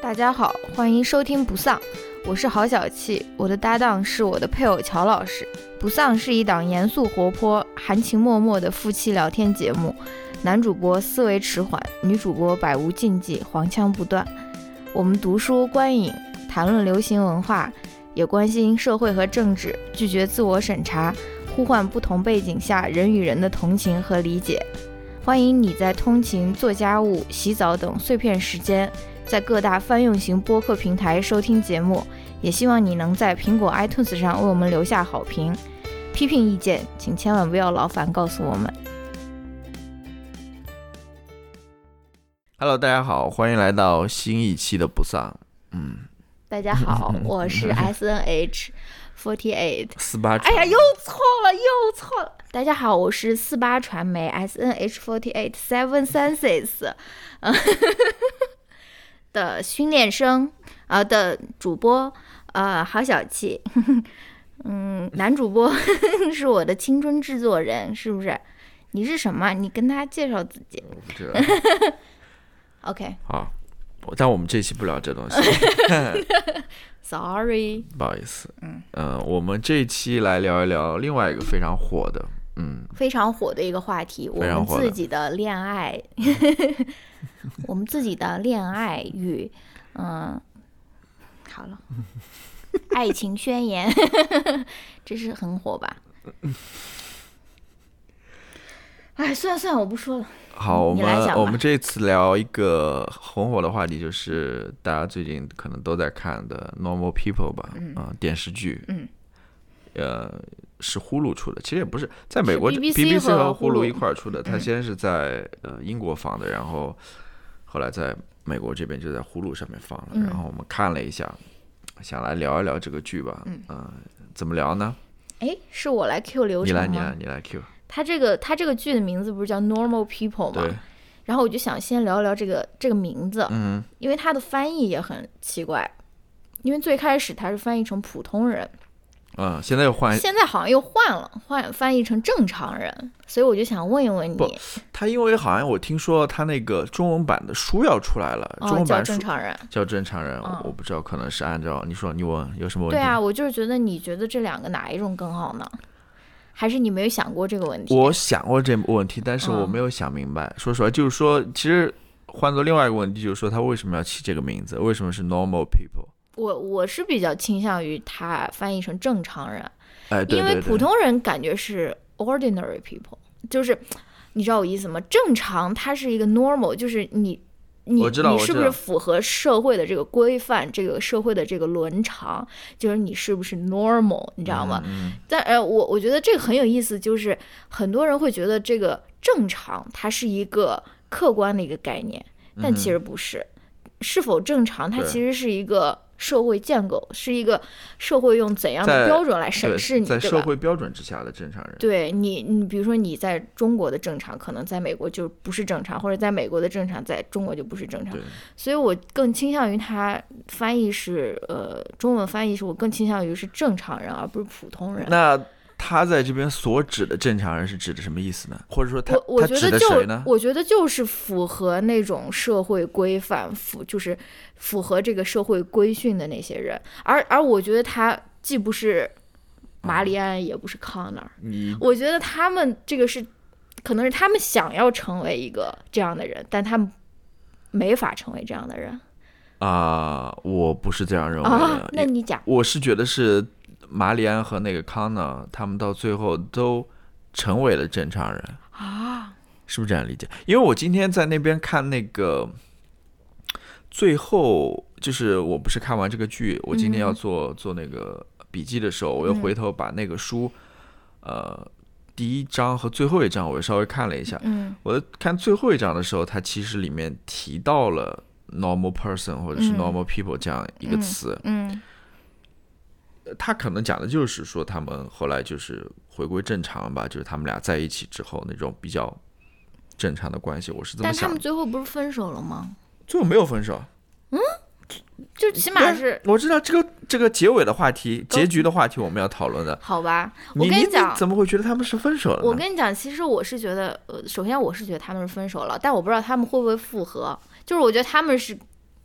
大家好，欢迎收听不丧，我是郝小气，我的搭档是我的配偶乔老师。不丧是一档严肃活泼、含情脉脉的夫妻聊天节目，男主播思维迟缓，女主播百无禁忌，黄腔不断。我们读书观影，谈论流行文化，也关心社会和政治，拒绝自我审查，呼唤不同背景下人与人的同情和理解。欢迎你在通勤、做家务、洗澡等碎片时间，在各大泛用型播客平台收听节目，也希望你能在苹果 iTunes 上为我们留下好评。批评意见请千万不要劳烦告诉我们。 Hello， 大家好，欢迎来到新一期的不丧。 大家好，我是 SNH48 48。 哎呀，又错了。大家好，我是48传媒 SNH48 Seven Senses 的训练生的主播郝小气。男主播是我的青春制作人，是不是？你是什么？你跟他介绍自己。 我不知道。 OK。 好，但我们这期不聊这东西。 Sorry。 不好意思。我们这一期来聊一聊另外一个非常火的， 非常火的一个话题，我们自己的恋爱，我们自己的恋爱与好了。爱情宣言。这是很火吧？哎，算了，我不说了。 好，我们这次聊一个很火的话题，就是大家最近可能都在看的《Normal People》吧，电视剧。是呼噜出的，其实也不是，在美国 BBC 和呼噜一块出的。它先是在英国放的，然后后来在美国这边就在呼噜上面放了。然后我们看了一下，想来聊一聊这个剧吧。怎么聊呢？ 是我来 Q 流程吗？ 你来 Q。 他这个剧的名字不是叫 Normal People 吗？然后我就想先聊聊这个名字，因为它的翻译也很奇怪，因为最开始它是翻译成普通人。 现在好像又换了，翻译成正常人，所以我就想问一问你。 他因为好像我听说他那个中文版的书要出来了，中文版叫正常人， 我不知道，可能是按照你问有什么问题？ 对啊，我就是觉得，你觉得这两个哪一种更好呢？还是你没有想过这个问题？ 我想过这个问题，但是我没有想明白。说实话，就是说，其实换作另外一个问题，就是说他为什么要起这个名字？为什么是 Normal People？ 我是比较倾向于它翻译成正常人， 对， 因为普通人感觉是 ordinary people， 就是你知道我意思吗？正常它是一个 normal， 就是你是不是符合社会的这个规范，这个社会的这个伦常，就是你是不是 normal， 你知道吗？但我觉得这个很有意思，就是很多人会觉得这个正常它是一个客观的一个概念，但其实不是。是否正常它其实是一个社会建构，是一个社会用怎样的标准来审视你， 在社会标准之下的正常人。 对你比如说你在中国的正常可能在美国就不是正常，或者在美国的正常在中国就不是正常。所以我更倾向于它翻译是中文翻译是我更倾向于是正常人而不是普通人。那他在这边所指的正常人是指的什么意思呢？或者说他指的谁呢？ 我觉得就是符合那种社会规范，就是符合这个社会规训的那些人。而我觉得他既不是马里安，也不是康纳尔。我觉得他们这个是可能是他们想要成为一个这样的人，但他们没法成为这样的人。 我不是这样认为的。 那你讲。 我是觉得是马里安和那个康纳，他们到最后都成为了正常人是不是这样理解？因为我今天在那边看那个最后，就是我不是看完这个剧，我今天要做那个笔记的时候，我又回头把那个书第一章和最后一章我稍微看了一下。我看最后一章的时候，它其实里面提到了 normal person 或者是 normal people 这样一个词。他可能讲的就是说他们后来就是回归正常吧，就是他们俩在一起之后那种比较正常的关系，我是这么想的。 但他们最后不是分手了吗？ 最后没有分手。 就起码是我知道这个结尾的话题，结局的话题我们要讨论的。 好吧，我跟你讲， 你怎么会觉得他们是分手了呢？ 我跟你讲，其实我是觉得，首先我是觉得他们是分手了，但我不知道他们会不会复合。就是我觉得他们是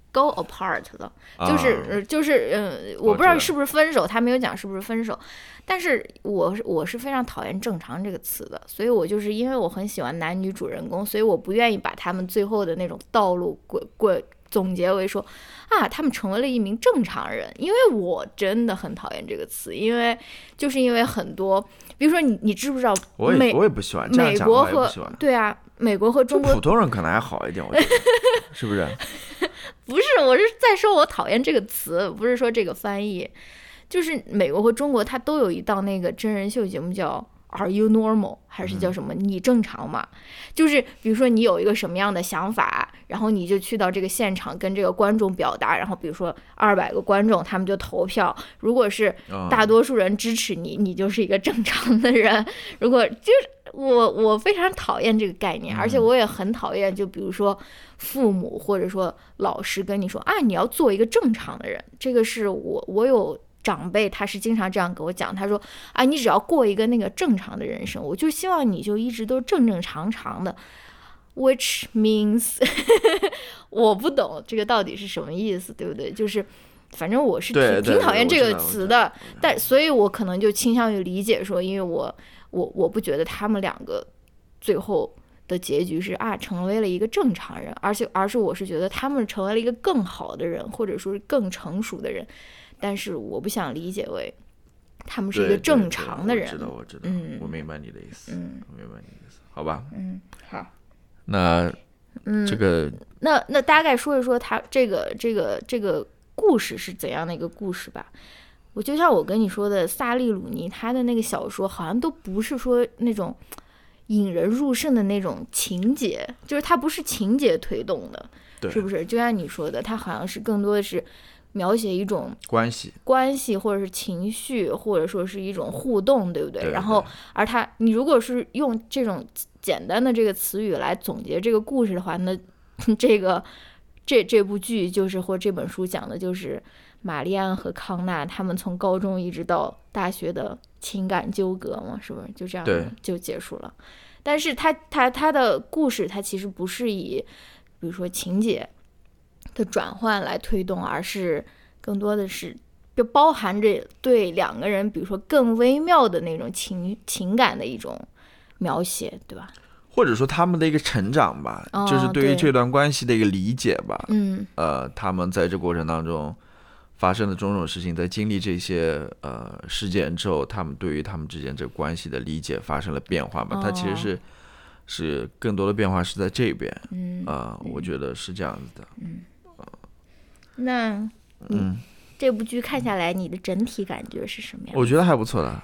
go apart 了，我不知道是不是分手，他没有讲是不是分手，但是我是非常讨厌正常这个词的，所以我就是因为我很喜欢男女主人公，所以我不愿意把他们最后的那种道路总结为说他们成为了一名正常人，因为我真的很讨厌这个词，因为很多，比如说你知不知道我也不喜欢这样讲，我也不喜欢。 对啊，美国和中国普通人可能还好一点，我觉得是不是？ 不是，我是在说我讨厌这个词，不是说这个翻译。就是美国和中国它都有一档那个真人秀节目叫 Are You Normal 还是叫什么你正常吗？就是比如说你有一个什么样的想法，然后你就去到这个现场跟这个观众表达，然后比如说200个观众他们就投票，如果是大多数人支持你，你就是一个正常的人。如果就是我非常讨厌这个概念，而且我也很讨厌就比如说父母或者说老师跟你说你要做一个正常的人，这个是我有长辈他是经常这样给我讲，他说你只要过一个那个正常的人生，我就希望你就一直都正正常常的 which means 我不懂这个到底是什么意思，对不对？就是反正我是挺讨厌这个词的，但所以我可能就倾向于理解说，因为我不觉得他们两个最后的结局是成为了一个正常人，而是我是觉得他们成为了一个更好的人，或者说是更成熟的人，但是我不想理解为他们是一个正常的人。 我知道，我明白你的意思，我明白你的意思，好吧？ 好。 那这个， 那大概说一说他这个故事是怎样的一个故事吧。我就像我跟你说的，萨利鲁尼他的那个小说好像都不是说那种引人入胜的那种情节，就是它不是情节推动的，是不是？就像你说的，它好像是更多的是描写一种关系或者是情绪，或者说是一种互动，对不对？然后而你如果是用这种简单的这个词语来总结这个故事的话，那这部剧就是或这本书讲的就是玛丽安和康纳他们从高中一直到大学的情感纠葛嘛，是不是就这样就结束了？但是他的故事它其实不是以比如说情节的转换来推动，而是更多的是就包含着对两个人比如说更微妙的那种情感的一种描写，对吧？ 或者说他们的一个成长吧，就是对于这段关系的一个理解吧。他们在这过程当中发生的种种事情，在经历这些事件之后，他们对于他们之间这个关系的理解发生了变化吧。它其实是更多的变化是在这边。我觉得是这样子的。 那这部剧看下来，你的整体感觉是什么样？ 我觉得还不错的。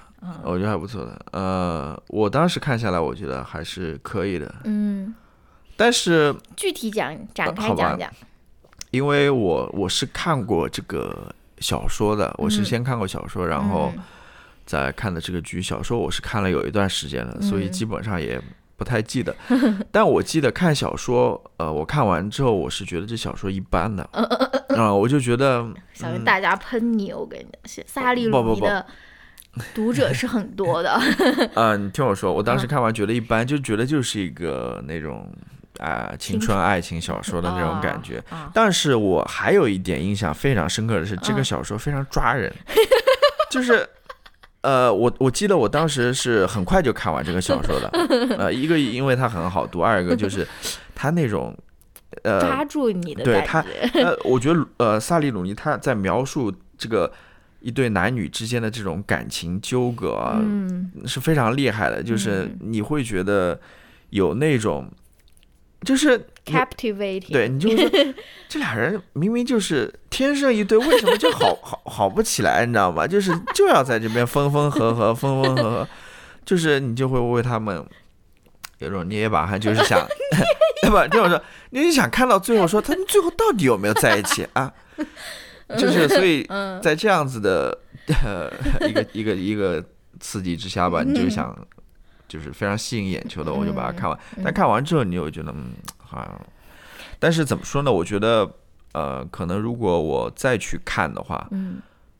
我当时看下来，我觉得还是可以的。但是具体展开讲讲。 因为我是看过这个小说的，我是先看过小说，然后再看的这个剧。小说我是看了有一段时间了，所以基本上也不太记得。但我记得看小说，我看完之后，我是觉得这小说一般的。我就觉得想跟大家喷你，我跟你讲，萨利鲁尼的读者是很多的。 你听我说，我当时看完觉得一般，就觉得就是一个那种青春爱情小说的那种感觉。但是我还有一点印象非常深刻的是，这个小说非常抓人。就是我记得我当时是很快就看完这个小说的。一个因为它很好读，二一个就是它那种抓住你的感觉。 我觉得萨利鲁尼他在描述这个一对男女之间的这种感情纠葛是非常厉害的。就是你会觉得有那种就是 captivating， 对，你就会说这俩人明明就是天生一对，为什么就好不起来，你知道吗？就要在这边分分合合，就是你就会为他们有种捏把汗，就是想对吧？这种说你想看到最后，说他们最后到底有没有在一起啊？就是所以在这样子的一个刺激之下吧，你就想就是非常吸引眼球的，我就把它看完。但看完之后，你又觉得好像，但是怎么说呢？我觉得可能如果我再去看的话，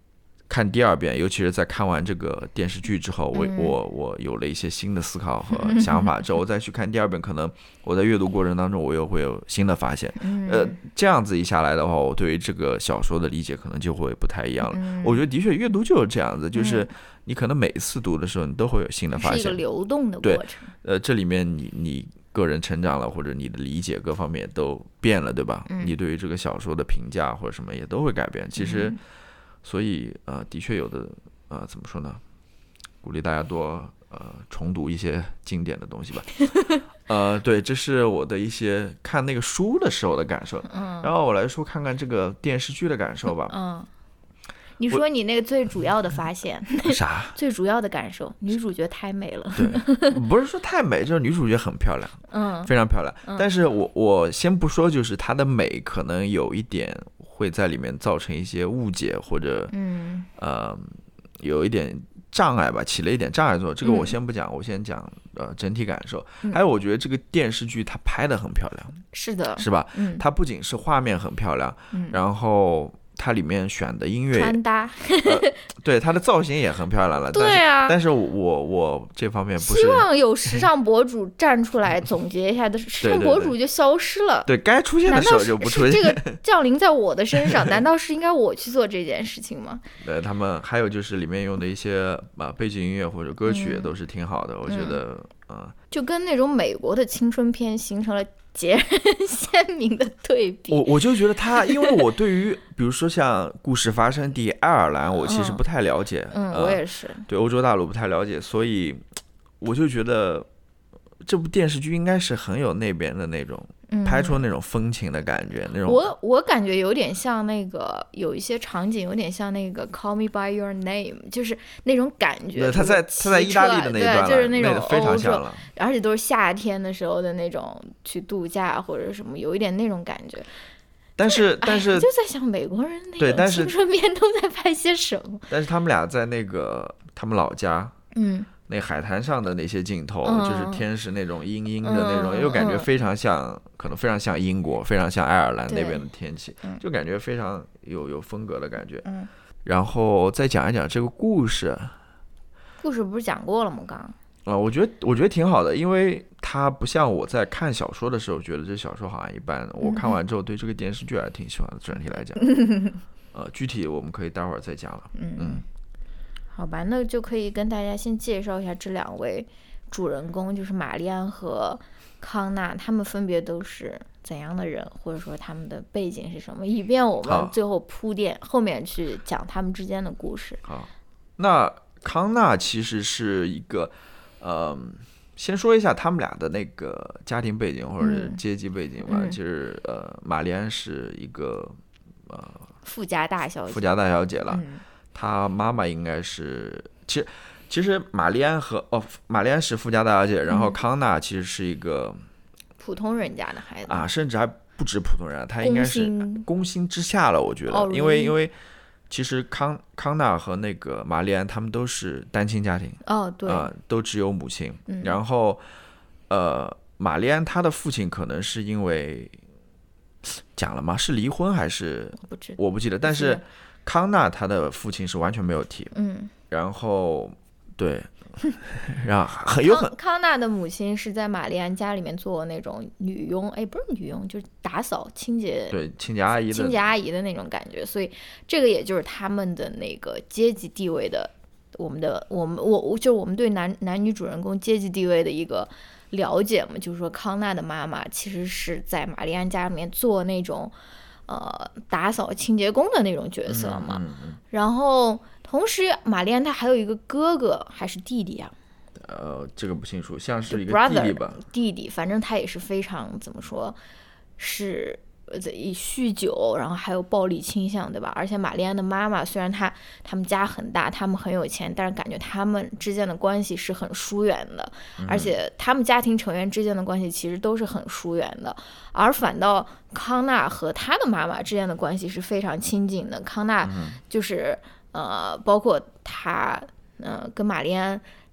看第二遍，尤其是在看完这个电视剧之后，我有了一些新的思考和想法之后，我再去看第二遍，可能我在阅读过程当中我又会有新的发现。这样子一下来的话，我对于这个小说的理解可能就会不太一样了。我觉得的确阅读就是这样子，就是你可能每一次读的时候，你都会有新的发现， 是一个流动的过程。 对，这里面你个人成长了，或者你的理解各方面都变了，对吧？你对于这个小说的评价或者什么也都会改变。其实，所以的确有的怎么说呢？鼓励大家多重读一些经典的东西吧。对，这是我的一些看那个书的时候的感受。然后我来说看看这个电视剧的感受吧。 你说你那个最主要的发现啥？ 最主要的感受，女主角太美了。 对，不是说太美，就是女主角很漂亮，非常漂亮。但是我先不说，就是她的美可能有一点会在里面造成一些误解，或者有一点障碍吧，起了一点障碍作用。这个我先不讲，我先讲整体感受。还有，我觉得这个电视剧它拍得很漂亮， 是的， 是吧？它不仅是画面很漂亮，然后它里面选的音乐穿搭， 对，它的造型也很漂亮了。 对啊， 但是我这方面不是。 希望有时尚博主站出来总结一下的，时尚博主就消失了。 对，该出现的时候就不出现。 这个降临在我的身上，难道是应该我去做这件事情吗？ 对，他们还有就是里面用的一些背景音乐或者歌曲也都是挺好的，我觉得就跟那种美国的青春片形成了截然鲜明的对比。 我就觉得他，因为我对于比如说像故事发生地爱尔兰，我其实不太了解。 我也是对欧洲大陆不太了解，所以我就觉得这部电视剧应该是很有那边的那种拍出那种风情的感觉，那种我感觉有点像那个，有一些场景有点像那个 Call Me by Your Name， 就是那种感觉。 对，他在意大利的那一段， 对，就是那种非常像了， 而且都是夏天的时候的那种去度假或者什么，有一点那种感觉。 但是就在想美国人那种青春片都在拍些什么。 但是他们俩在那个他们老家，那海滩上的那些镜头，就是天是那种阴阴的那种，又感觉非常像，可能非常像英国，非常像爱尔兰那边的天气，就感觉非常有风格的感觉。然后再讲一讲这个故事。 故事不是讲过了吗？刚我觉得挺好的，因为它不像我在看小说的时候觉得这小说好像一般，我看完之后对这个电视剧还挺喜欢的。整体来讲，具体我们可以待会儿再讲了。 好吧，那就可以跟大家先介绍一下这两位主人公，就是玛丽安和康纳，他们分别都是怎样的人，或者说他们的背景是什么，以便我们最后铺垫后面去讲他们之间的故事。 好，那康纳其实是一个先说一下他们俩的那个家庭背景或者是阶级背景吧。其实玛丽安是一个富家大小姐了。她妈妈应该是其实玛丽安是富家大小姐，然后康纳其实是一个普通人家的孩子甚至还不止普通人，他应该是工薪之下了，我觉得。因为其实康纳和那个玛丽安他们都是单亲家庭。 对， 都只有母亲。然后玛丽安她的父亲可能是因为讲了吗？是离婚还是我不记得，但是康纳他的父亲是完全没有提。然后对，然后康纳的母亲是在玛丽安家里面做那种女佣，不是女佣，就是打扫清洁， 对，清洁阿姨的那种感觉。所以这个也就是他们的那个阶级地位的，就是我们对男女主人公阶级地位的一个了解嘛。就是说康纳的妈妈其实是在玛丽安家里面做那种打扫清洁工的那种角色嘛。然后同时玛丽安她还有一个哥哥还是弟弟啊？ 这个不清楚，像是一个弟弟吧。 弟弟，反正他也是非常怎么说，是酗酒，然后还有暴力倾向，对吧？而且玛丽安的妈妈虽然他们家很大，他们很有钱，但是感觉他们之间的关系是很疏远的。而且他们家庭成员之间的关系其实都是很疏远的，而反倒康纳和他的妈妈之间的关系是非常亲近的。康纳就是包括他跟玛丽安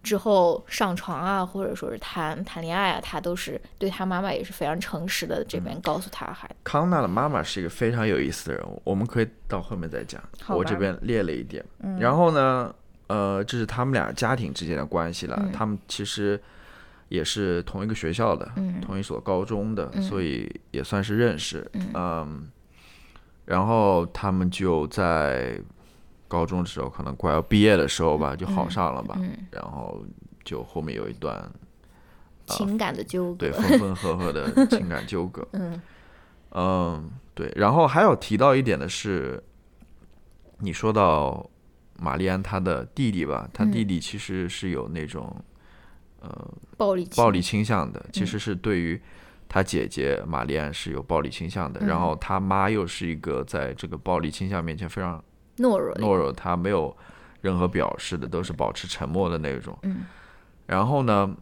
之后上床啊，或者说是谈恋爱啊，他都是对他妈妈也是非常诚实的，这边告诉他孩子。 康纳的妈妈是一个非常有意思的人物，我们可以到后面再讲。我这边列了一点，然后呢，这是他们俩家庭之间的关系了。他们其实也是同一个学校的，同一所高中的，所以也算是认识。然后他们就在高中的时候，可能快要毕业的时候吧，就好上了吧。然后就后面有一段情感的纠葛， 对，分分合合的情感纠葛。对。然后还有提到一点的是，你说到玛丽安她的弟弟吧，她弟弟其实是有那种暴力倾向的，其实是对于他姐姐玛丽安是有暴力倾向的。然后他妈又是一个在这个暴力倾向面前非常懦弱，他没有任何表示的，都是保持沉默的那种。然后呢，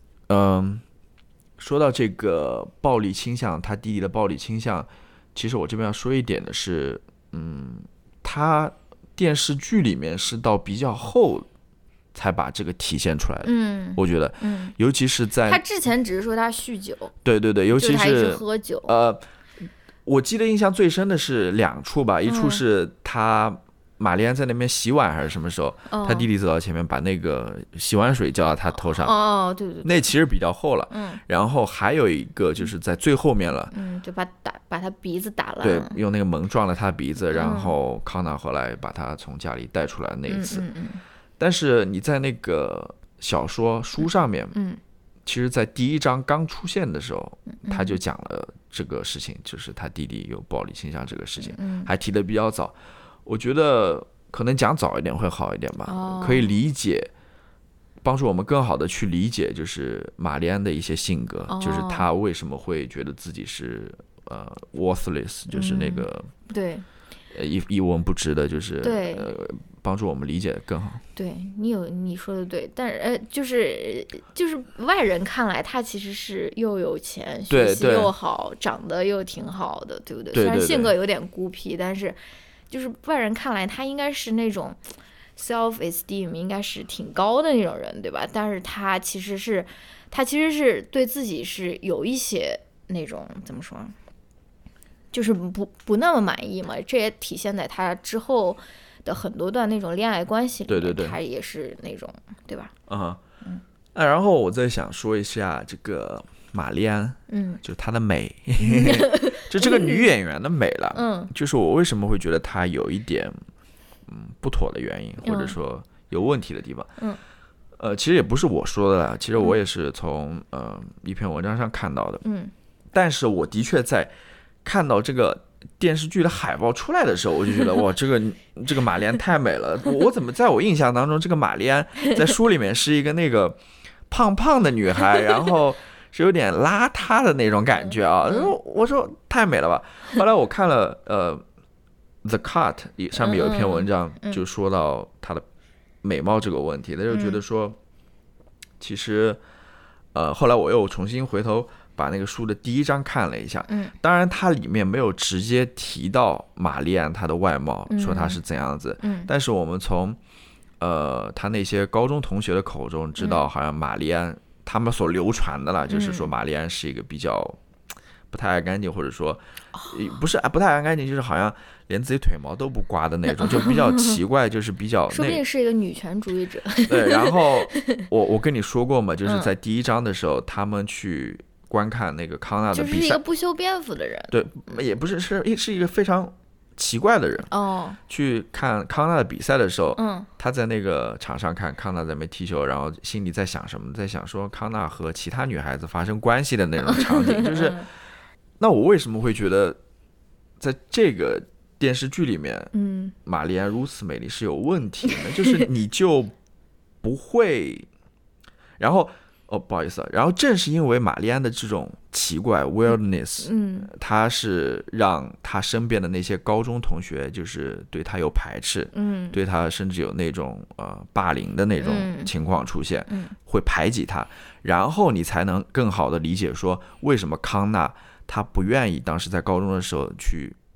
说到这个暴力倾向，他弟弟的暴力倾向，其实我这边要说一点的是，他电视剧里面是到比较后才把这个体现出来的。我觉得，尤其是在他之前只是说他酗酒， 对，尤其是他一直喝酒。 我记得印象最深的是2处吧，一处是他玛丽安在那边洗碗还是什么时候，他弟弟走到前面把那个洗碗水浇到他头上。 对， 那其实比较后了。然后还有一个就是在最后面了， 就把他鼻子打烂， 对，用那个门撞了他鼻子，然后康纳后来把他从家里带出来那一次。但是你在那个小说书上面，其实在第1章刚出现的时候，他就讲了这个事情，就是他弟弟有暴力倾向这个事情，还提得比较早。我觉得可能讲早一点会好一点吧，可以理解，帮助我们更好的去理解，就是玛丽安的一些性格，就是他为什么会觉得自己是worthless， 就是那个对一文不值的，就是对。 帮助我们理解更好。 对，你说的对，但是就是外人看来，他其实是又有钱，学习又好，长得又挺好的，对不对？虽然性格有点孤僻，但是就是外人看来，他应该是那种 self esteem 应该是挺高的那种人，对吧？但是他其实是对自己是有一些那种怎么说，就是不那么满意嘛。这也体现在他之后的很多段那种恋爱关系里面，他也是那种，对吧？ 然后我再想说一下这个玛丽安，就她的美，就这个女演员的美了，就是我为什么会觉得她有一点不妥的原因，或者说有问题的地方。其实也不是我说的啦，其实我也是从一篇文章上看到的。但是我的确在看到这个电视剧的海报出来的时候，我就觉得哇，这个玛丽安太美了。我怎么在我印象当中，这个玛丽安在书里面是一个那个胖胖的女孩，然后是有点邋遢的那种感觉啊。我说太美了吧。后来我看了The Cut 上面有一篇文章，就说到她的美貌这个问题，他就觉得说，其实后来我又重新回头把那个书的第1章看了一下，当然它里面没有直接提到玛丽安她的外貌，说她是怎样子，但是我们从她那些高中同学的口中知道，好像玛丽安他们所流传的啦，就是说玛丽安是一个比较不太爱干净，或者说不是不太爱干净，就是好像连自己腿毛都不刮的那种，就比较奇怪，就是比较说不定是一个女权主义者。 对，然后我跟你说过嘛，就是在第1章的时候，他们去观看那个康纳的比赛， 就是一个不修边幅的人。 对，也不是，是一个非常奇怪的人。去看康纳的比赛的时候，他在那个场上看康纳在那边踢球，然后心里在想什么？在想说康纳和其他女孩子发生关系的那种场景，就是。那我为什么会觉得在这个电视剧里面，玛丽安如此美丽是有问题呢？就是你就不会，然后不好意思，然后正是因为玛丽安的这种奇怪 weirdness，她是让她身边的那些高中同学就是对她有排斥，对她甚至有那种霸凌的那种情况出现，会排挤她，然后你才能更好的理解说为什么康纳他不愿意当时在高中的时候去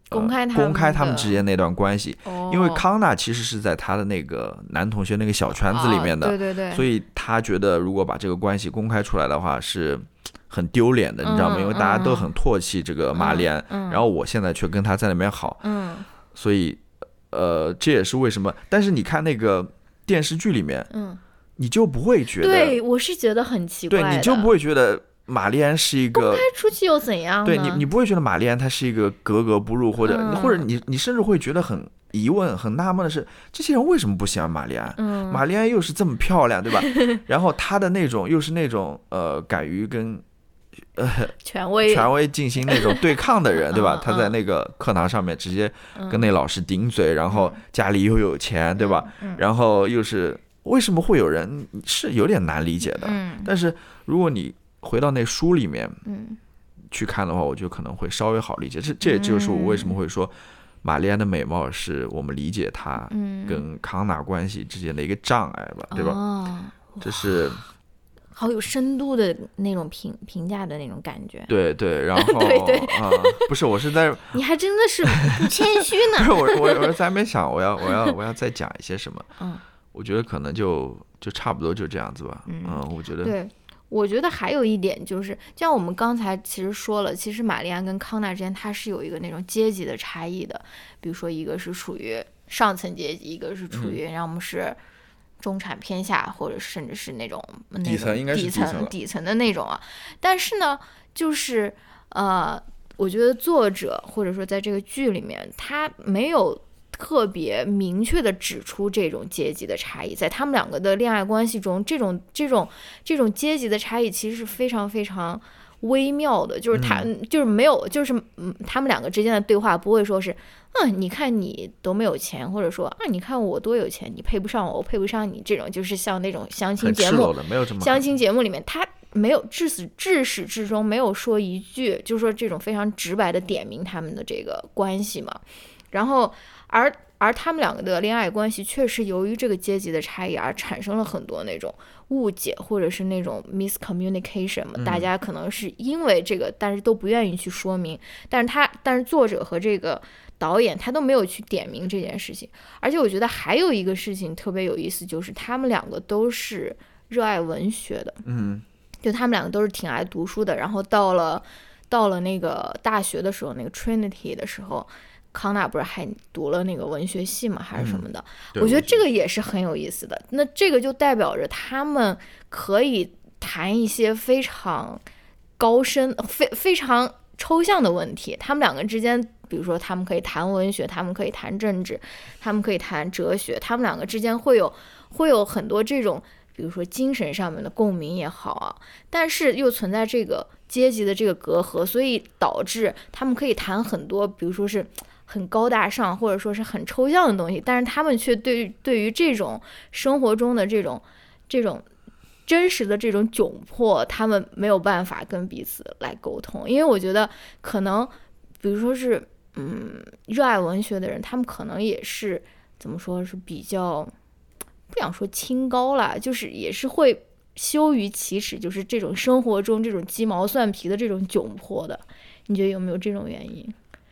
公开他们之间那段关系，因为康纳其实是在他的那个男同学那个小圈子里面的， 对对对， 所以他觉得如果把这个关系公开出来的话是很丢脸的，你知道吗？因为大家都很唾弃这个玛丽安，然后我现在却跟他在那边好，所以这也是为什么。但是你看那个电视剧里面，你就不会觉得， 对，我是觉得很奇怪的， 对，你就不会觉得玛丽安是一个公开出去又怎样呢？ 对你不会觉得玛丽安她是一个格格不入，或者你甚至会觉得很疑问、很纳闷的是，这些人为什么不喜欢玛丽安？玛丽安又是这么漂亮，对吧？然后她的那种又是那种敢于跟权威进行那种对抗的人，对吧？他在那个课堂上面直接跟那老师顶嘴，然后家里又有钱，对吧？然后又是为什么会有人是有点难理解的？但是如果你回到那书里面去看的话，我觉得可能会稍微好理解。这也就是我为什么会说玛丽安的美貌是我们理解她跟康纳关系之间的一个障碍吧，对吧？这是好有深度的那种评价的那种感觉。 对对，然后对不是，我是在你还真的是不谦虚呢。 不是我是在那边想我要再讲一些什么。我觉得可能就差不多就这样子吧。我觉得对。我觉得还有一点就是，就像我们刚才其实说了，其实玛丽安跟康纳之间它是有一个那种阶级的差异的。比如说一个是属于上层阶级，一个是处于让我们是中产偏下，或者甚至是那种底层，应该是底层的那种啊。但是呢，就是我觉得作者或者说在这个剧里面，他没有特别明确的指出这种阶级的差异，在他们两个的恋爱关系中，这种阶级的差异其实是非常非常微妙的，就是就是没有，就是他们两个之间的对话不会说是你看你都没有钱，或者说你看我多有钱，你配不上我，我配不上你，这种就是像那种相亲节目，相亲节目里面他没有至始至终没有说一句，就是说这种非常直白的点明他们的这个关系嘛。然后而他们两个的恋爱关系确实由于这个阶级的差异而产生了很多那种误解，或者是那种 miscommunication 嘛。大家可能是因为这个，但是都不愿意去说明。但是作者和这个导演他都没有去点明这件事情。而且我觉得还有一个事情特别有意思，就是他们两个都是热爱文学的。就他们两个都是挺爱读书的。然后到了那个大学的时候，那个 Trinity 的时候，康纳不是还读了那个文学系嘛，还是什么的？我觉得这个也是很有意思的。那这个就代表着他们可以谈一些非常高深、非常抽象的问题。他们两个之间，比如说他们可以谈文学，他们可以谈政治，他们可以谈哲学，他们两个之间会有很多这种，比如说精神上面的共鸣也好啊，但是又存在这个阶级的这个隔阂，所以导致他们可以谈很多，比如说是很高大上或者说是很抽象的东西，但是他们却对于这种生活中的这种真实的这种窘迫，他们没有办法跟彼此来沟通。因为我觉得可能比如说是热爱文学的人，他们可能也是怎么说，是比较不想说清高啦，就是也是会羞于启齿，就是这种生活中这种鸡毛蒜皮的这种窘迫的。你觉得有没有这种原因？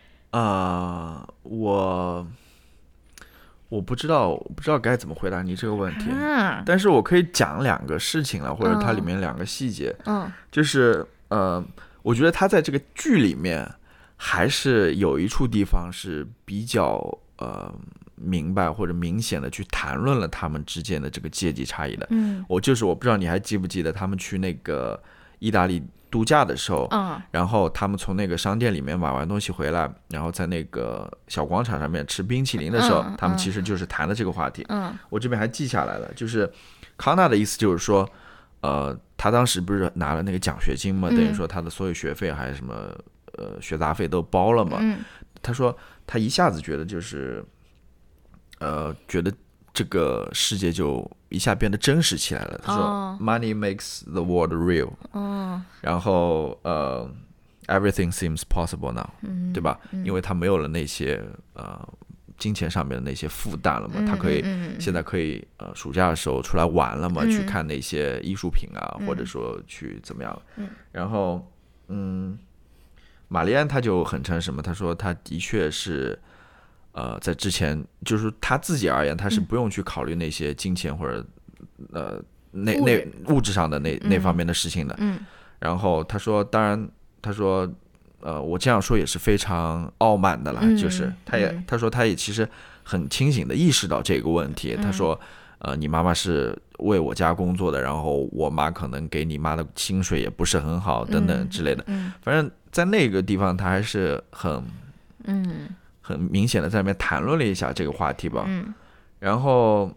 我不知道该怎么回答你这个问题，但是我可以讲两个事情了，或者它里面两个细节，就是我觉得他在这个剧里面还是有一处地方是比较明白或者明显的去谈论了他们之间的这个阶级差异的。我不知道你还记不记得他们去那个意大利度假的时候，然后他们从那个商店里面买完东西回来，然后在那个小广场上面吃冰淇淋的时候，他们其实就是谈的这个话题。我这边还记下来了，就是康纳的意思就是说他当时不是拿了那个奖学金嘛，等于说他的所有学费还是什么学杂费都包了嘛。他说他一下子觉得就是觉得这个世界就一下变得真实起来了。他说Money makes the world real。然后everything seems possible now，对吧？因为他没有了那些金钱上面的那些负担了嘛，他可以现在可以暑假的时候出来玩了嘛，去看那些艺术品啊，或者说去怎么样。然后玛丽安她就很诚实嘛，她说她的确是在之前就是她自己而言，她是不用去考虑那些金钱或者那物质上的那方面的事情的。然后她说，当然她说我这样说也是非常傲慢的啦，就是她说她也其实很清醒的意识到这个问题。她说你妈妈是为我家工作的，然后我妈可能给你妈的薪水也不是很好等等之类的。反正在那个地方她还是很明显的在那边谈论了一下这个话题吧。然后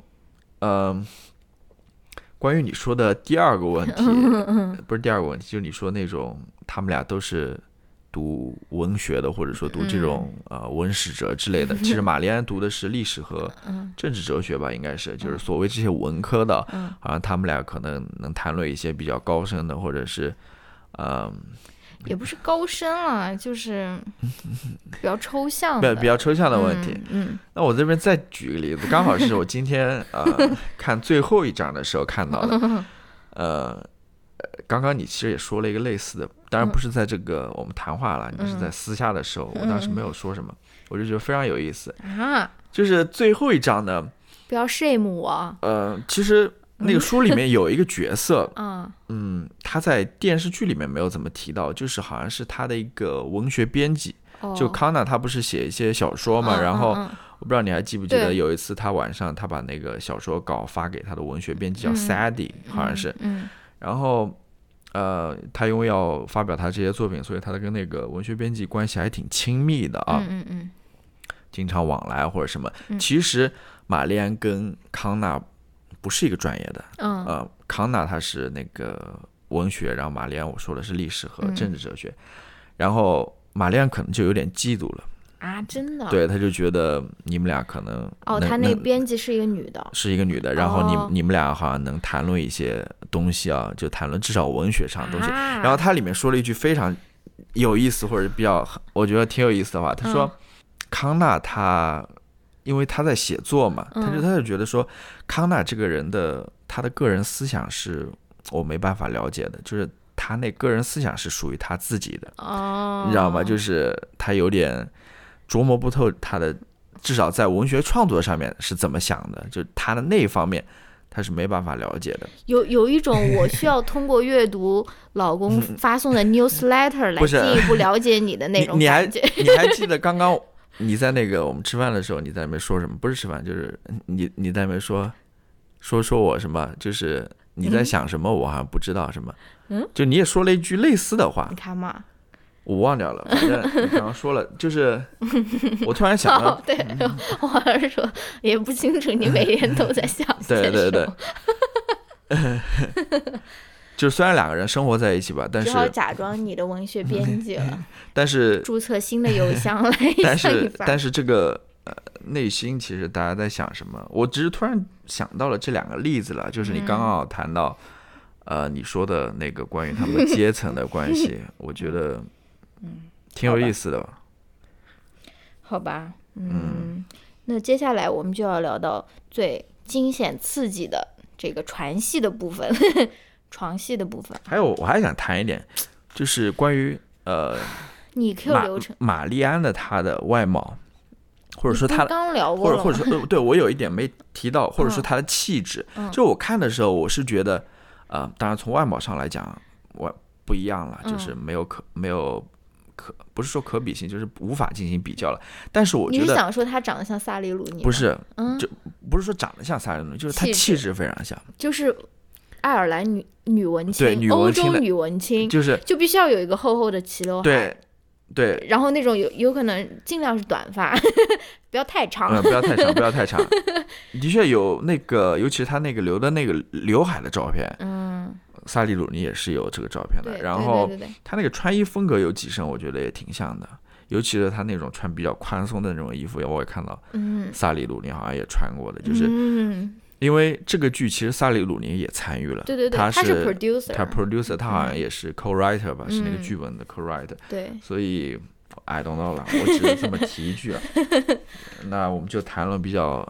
关于你说的第二个问题不是第二个问题，就是你说那种他们俩都是读文学的，或者说读这种文史哲之类的。其实玛丽安读的是历史和政治哲学吧，应该是，就是所谓这些文科的，好像他们俩可能能谈论一些比较高深的，或者是也不是高深了，就是比较抽象的，比较抽象的问题。那我这边再举个例子，刚好是我今天看最后一章的时候看到的。刚刚你其实也说了一个类似的，当然不是在这个我们谈话了，你是在私下的时候，我当时没有说什么，我就觉得非常有意思。就是最后一章呢， 不要 shame 我。 其实那个书里面有一个角色，他在电视剧里面没有怎么提到，就是好像是他的一个文学编辑。就康纳他不是写一些小说嘛，然后我不知道你还记不记得有一次他晚上他把那个小说稿发给他的文学编辑叫 Sadie，好像是。然后他因为要发表他这些作品，所以他跟那个文学编辑关系还挺亲密的啊。经常往来或者什么。其实玛丽安跟康纳不是一个专业的。康纳他是那个文学，然后玛丽安我说的是历史和政治哲学。然后玛丽安可能就有点嫉妒了。 啊，真的？ 对，他就觉得你们俩可能他那编辑是一个女的， 是一个女的，然后你们俩好像能谈论一些东西啊，就谈论至少文学上的东西。然后他里面说了一句非常有意思，或者比较我觉得挺有意思的话，他说康纳他因为他在写作嘛，他就觉得说康纳这个人的他的个人思想是我没办法了解的，就是他那个人思想是属于他自己的。你知道吗？就是他有点琢磨不透他的，至少在文学创作上面是怎么想的，就他的那一方面他是没办法了解的。 有一种我需要通过阅读老公发送的 newsletter 来进一步了解你的那种感觉。 你还记得刚刚你在那个我们吃饭的时候，你在那边说什么？不是吃饭，就是你在那边说我什么？就是你在想什么？我好像不知道什么。就你也说了一句类似的话。 你看嘛。 我忘掉了，反正你刚刚说了，就是我突然想到， 对，我好像是说也不清楚，你每天都在想些什么。 对，就虽然两个人生活在一起吧，但是只好假装你的文学编辑了， 但是注册新的邮箱来但是这个内心其实大家在想什么？我只是突然想到了这两个例子了，就是你刚刚谈到你说的那个关于他们阶层的关系，我觉得。挺有意思的吧。 好吧，那接下来我们就要聊到最惊险刺激的这个床戏的部分。还有我还想谈一点，就是关于你 Q 流程玛丽安的她的外貌，或者说她刚聊过了， 或者说对我有一点没提到，或者说她的气质。就我看的时候，我是觉得当然从外貌上来讲我不一样了，就是没有不是说可比性，就是无法进行比较了。但是我觉得你是想说她长得像萨利鲁尼吗？ 不是，就不是说长得像萨利鲁尼，就是她气质非常像， 就是爱尔兰女文青， 对， 欧洲女文青，就必须要有一个厚厚的齐刘海， 对， 然后那种有可能尽量是短发，不要太长， 不要太长。的确有那个，尤其是她那个留的那个刘海的照片，萨利鲁尼也是有这个照片的。然后他那个穿衣风格有几身我觉得也挺像的，尤其是他那种穿比较宽松的那种衣服，我也看到萨利鲁尼好像也穿过的，就是因为这个剧其实萨利鲁尼也参与了， 对， 他是 producer， 他好像也是 co-writer 吧，是那个剧本的 co-writer， 对， 所以I don't know了，我只是这么提一句啊。那我们就谈了比较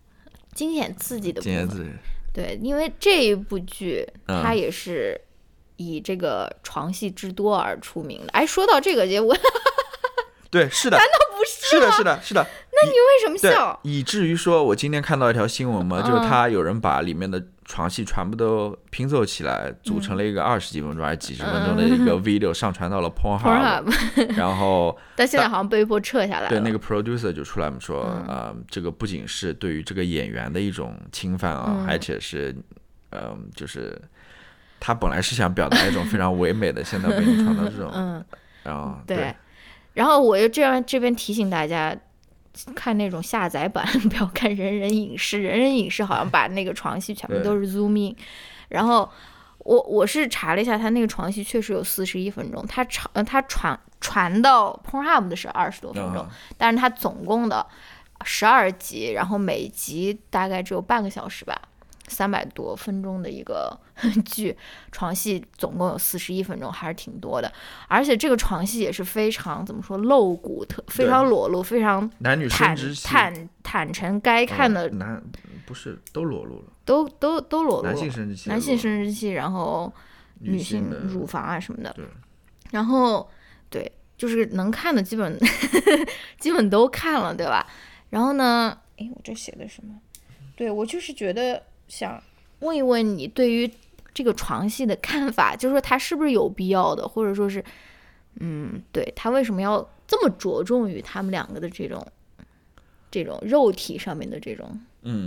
惊险刺激的部分。对，因为这一部剧它也是以这个床戏之多而出名的。哎，说到这个节目， 对，是的， 难道不是吗？ 是的。 那你为什么笑？ 以至于说我今天看到一条新闻嘛，就是他有人把里面的床戏全部都拼凑起来，组成了一个20几分钟还是几十分钟的一个 video， 上传到了 Pornhub， 然后但现在好像被迫撤下来了。 对，那个 producer 就出来说，这个不仅是对于这个演员的一种侵犯啊，而且是，就是他本来是想表达一种非常唯美的，现在被你传到这种，对。 然后我又这边提醒大家，看那种下载版，不要看人人影视。人人影视好像把那个床戏全部都是 zoom in， 然后我是查了一下，他那个床戏确实有41分钟，他传到 Pornhub 的是20多分钟，但是他总共的12集，然后每集大概只有半个小时吧。300多分钟的一个剧，床戏总共有41分钟，还是挺多的。而且这个床戏也是非常怎么说露骨，非常裸露，非常男女生殖器坦诚该看的。 不是都裸露了， 都裸露。 男性生殖器， 然后女性乳房啊什么的。 对。 然后对，就是能看的基本都看了，对吧？然后呢，我这写的什么？对，我就是觉得。想问一问你对于这个床戏的看法，就是说它是不是有必要的，或者说是，对，他为什么要这么着重于他们两个的这种肉体上面的这种，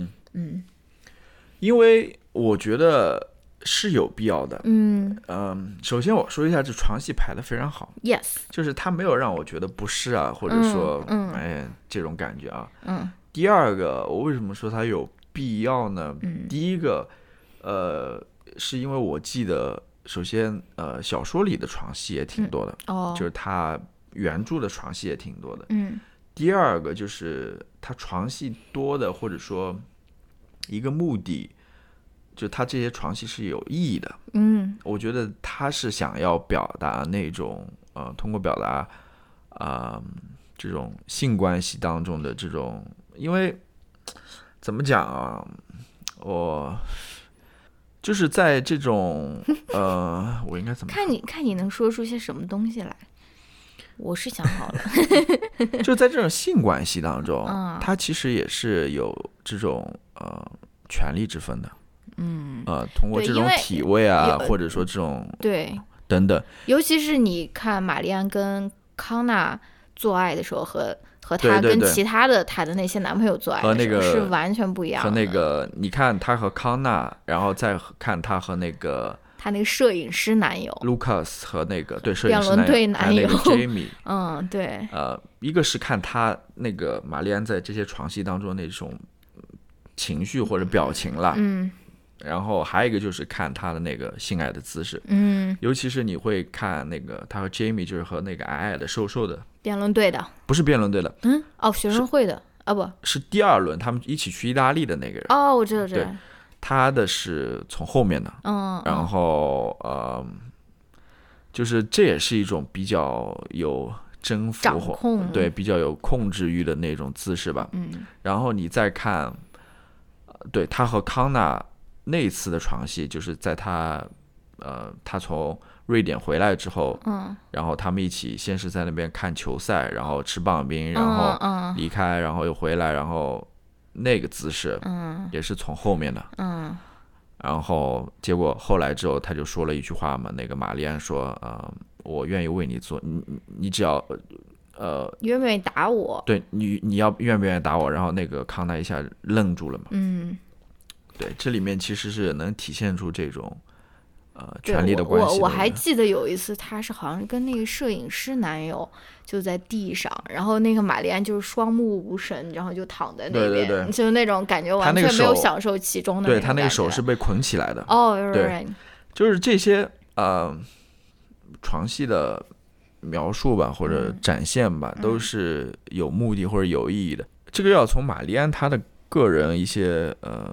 因为我觉得是有必要的，首先我说一下，这床戏排得非常好 ，yes， 就是他没有让我觉得不适啊，或者说，这种感觉啊，第二个，我为什么说它有必要呢？第一个，是因为我记得，首先，小说里的床戏也挺多的，就是他原著的床戏也挺多的。第二个就是他床戏多的，或者说一个目的，就他这些床戏是有意义的。我觉得他是想要表达那种，通过表达，这种性关系当中的这种，因为。怎么讲啊？我就是在这种我应该怎么看你能说出些什么东西来？我是想好了， 就在这种性关系当中，它其实也是有这种权力之分的。通过这种体位啊，或者说这种对等等， 尤其是你看玛丽安跟康纳做爱的时候和他跟其他的他的那些男朋友做爱的时候是完全不一样的。 和那个你看他和康纳，然后再看他和那个他那个摄影师男友 Lucas 和那个对摄影师男友 Jamie， 对， 一个是看他那个玛丽安在这些床戏当中那种情绪或者表情了，然后还有一个就是看他的那个性爱的姿势，尤其是你会看那个他和 Jamie 就是和那个矮矮的瘦瘦的辩论队的， 不是辩论队的， 学生会的不是第二轮他们一起去意大利的那个人， 我知道对，他的是从后面的，然后就是这也是一种比较有征服掌控， 对，比较有控制欲的那种姿势吧，然后你再看，对，他和康纳那次的床戏，就是在他从瑞典回来之后，然后他们一起先是在那边看球赛，然后吃棒冰，然后离开，然后又回来，然后那个姿势，也是从后面的，然后结果后来之后他就说了一句话嘛，那个玛丽安说，我愿意为你做，你只要你愿不愿意打我？ 对，你要愿不愿意打我？然后那个康纳一下愣住了嘛，对，这里面其实是能体现出这种。权力的关系。 我还记得有一次，他是好像是跟那个摄影师男友就在地上，然后那个玛丽安就是双目无神，然后就躺在那边， 对， 就是那种感觉完全没有享受其中的。 对，他那个手是被捆起来的。 对， 就是这些床戏的描述吧，或者展现吧，都是有目的或者有意义的。这个要从玛丽安她的个人一些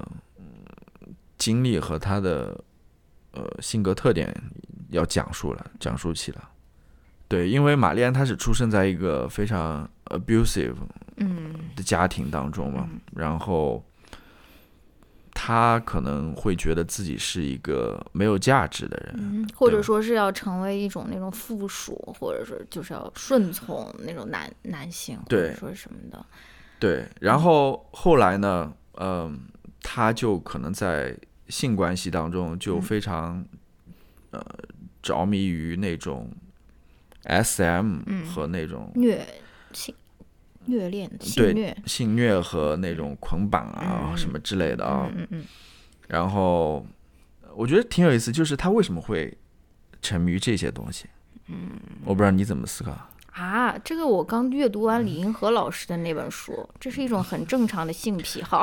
经历和她的性格特点要讲述起来。对，因为玛丽安她是出生在一个非常 abusive 的家庭当中嘛，然后他可能会觉得自己是一个没有价值的人， 或者说是要成为一种那种附属，或者说就是要顺从那种男性，或者说什么的。 对，然后后来呢，他就可能在性关系当中就非常着迷于那种 SM 和那种性虐和那种捆绑啊什么之类的啊。然后我觉得挺有意思，就是他为什么会沉迷于这些东西？我不知道你怎么思考。 这个我刚阅读完李银河老师的那本书，这是一种很正常的性癖好。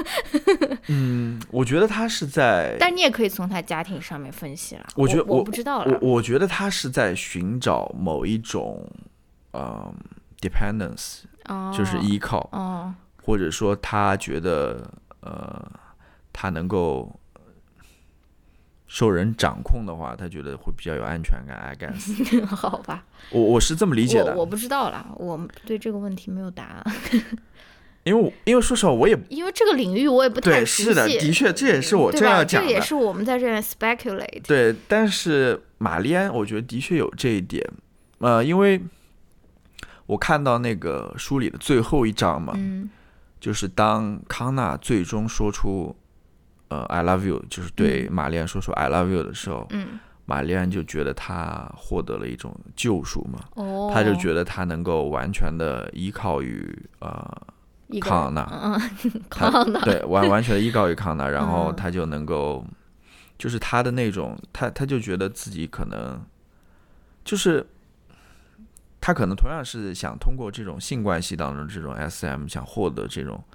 我觉得他是在， 但你也可以从他家庭上面分析了。 我不知道了。 我觉得他是在寻找某一种dependence，就是依靠，或者说他觉得他能够受人掌控的话，他觉得会比较有安全感。I guess 好吧， 我是这么理解的。 我不知道啦，我对这个问题没有答案。 因为说实话， 因为这个领域我也不太熟悉。 对，是的，的确，这也是我正要讲的。 这也是我们在这边 speculate。 对，但是玛丽安，我觉得的确有这一点。因为我看到那个书里的最后一章嘛，就是当康纳最终说出I love you， 就是对玛丽安说出 I love you 的时候，玛丽安就觉得他获得了一种救赎嘛，他就觉得他能够完全的依靠于康纳，对，完全的依靠于康纳，然后他就能够，就是他的那种，他就觉得自己可能，就是他可能同样是想通过这种性关系当中这种 SM 想获得这种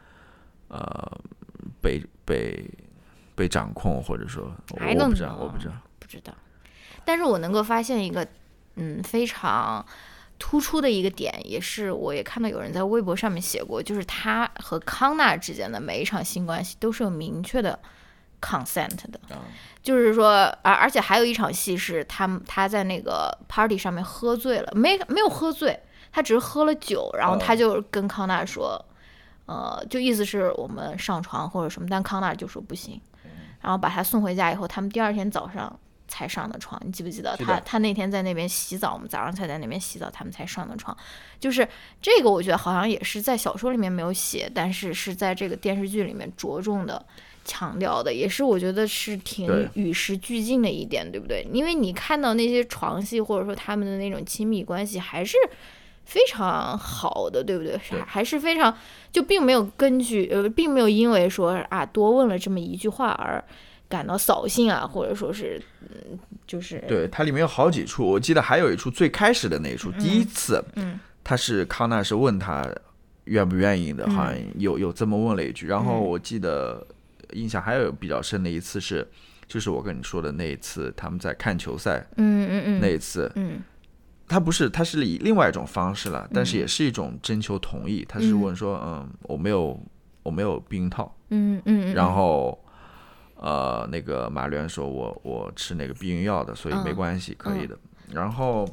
被掌控，或者说我不知道， 但是我能够发现一个非常突出的一个点，也是我也看到有人在微博上面写过，就是他和康纳之间的每一场性关系都是有明确的 consent 的，就是说而且还有一场戏是他在那个 party 上面喝醉了，没有喝醉，他只是喝了酒，然后他就跟康纳说就意思是我们上床或者什么，但康纳就说不行，然后把他送回家以后，他们第二天早上才上的床。你记不记得他那天在那边洗澡，我们早上才在那边洗澡，他们才上的床。就是这个我觉得好像也是在小说里面没有写，但是是在这个电视剧里面着重的强调的，也是我觉得是挺与时俱进的一点， 对不对？因为你看到那些床戏或者说他们的那种亲密关系还是非常好的，对不对？还是非常，就并没有并没有因为说多问了这么一句话而感到扫兴啊，或者说是就是对，它里面有好几处，我记得还有一处最开始的那一处，第一次他是康纳是问他愿不愿意的，好像有这么问了一句，然后我记得印象还有比较深的一次是，就是我跟你说的那一次他们在看球赛那一次，他是以另外一种方式了，但是也是一种征求同意，他是问说我没有避孕套，然后那个马丽安说我吃那个避孕药的，所以没关系，可以的。然后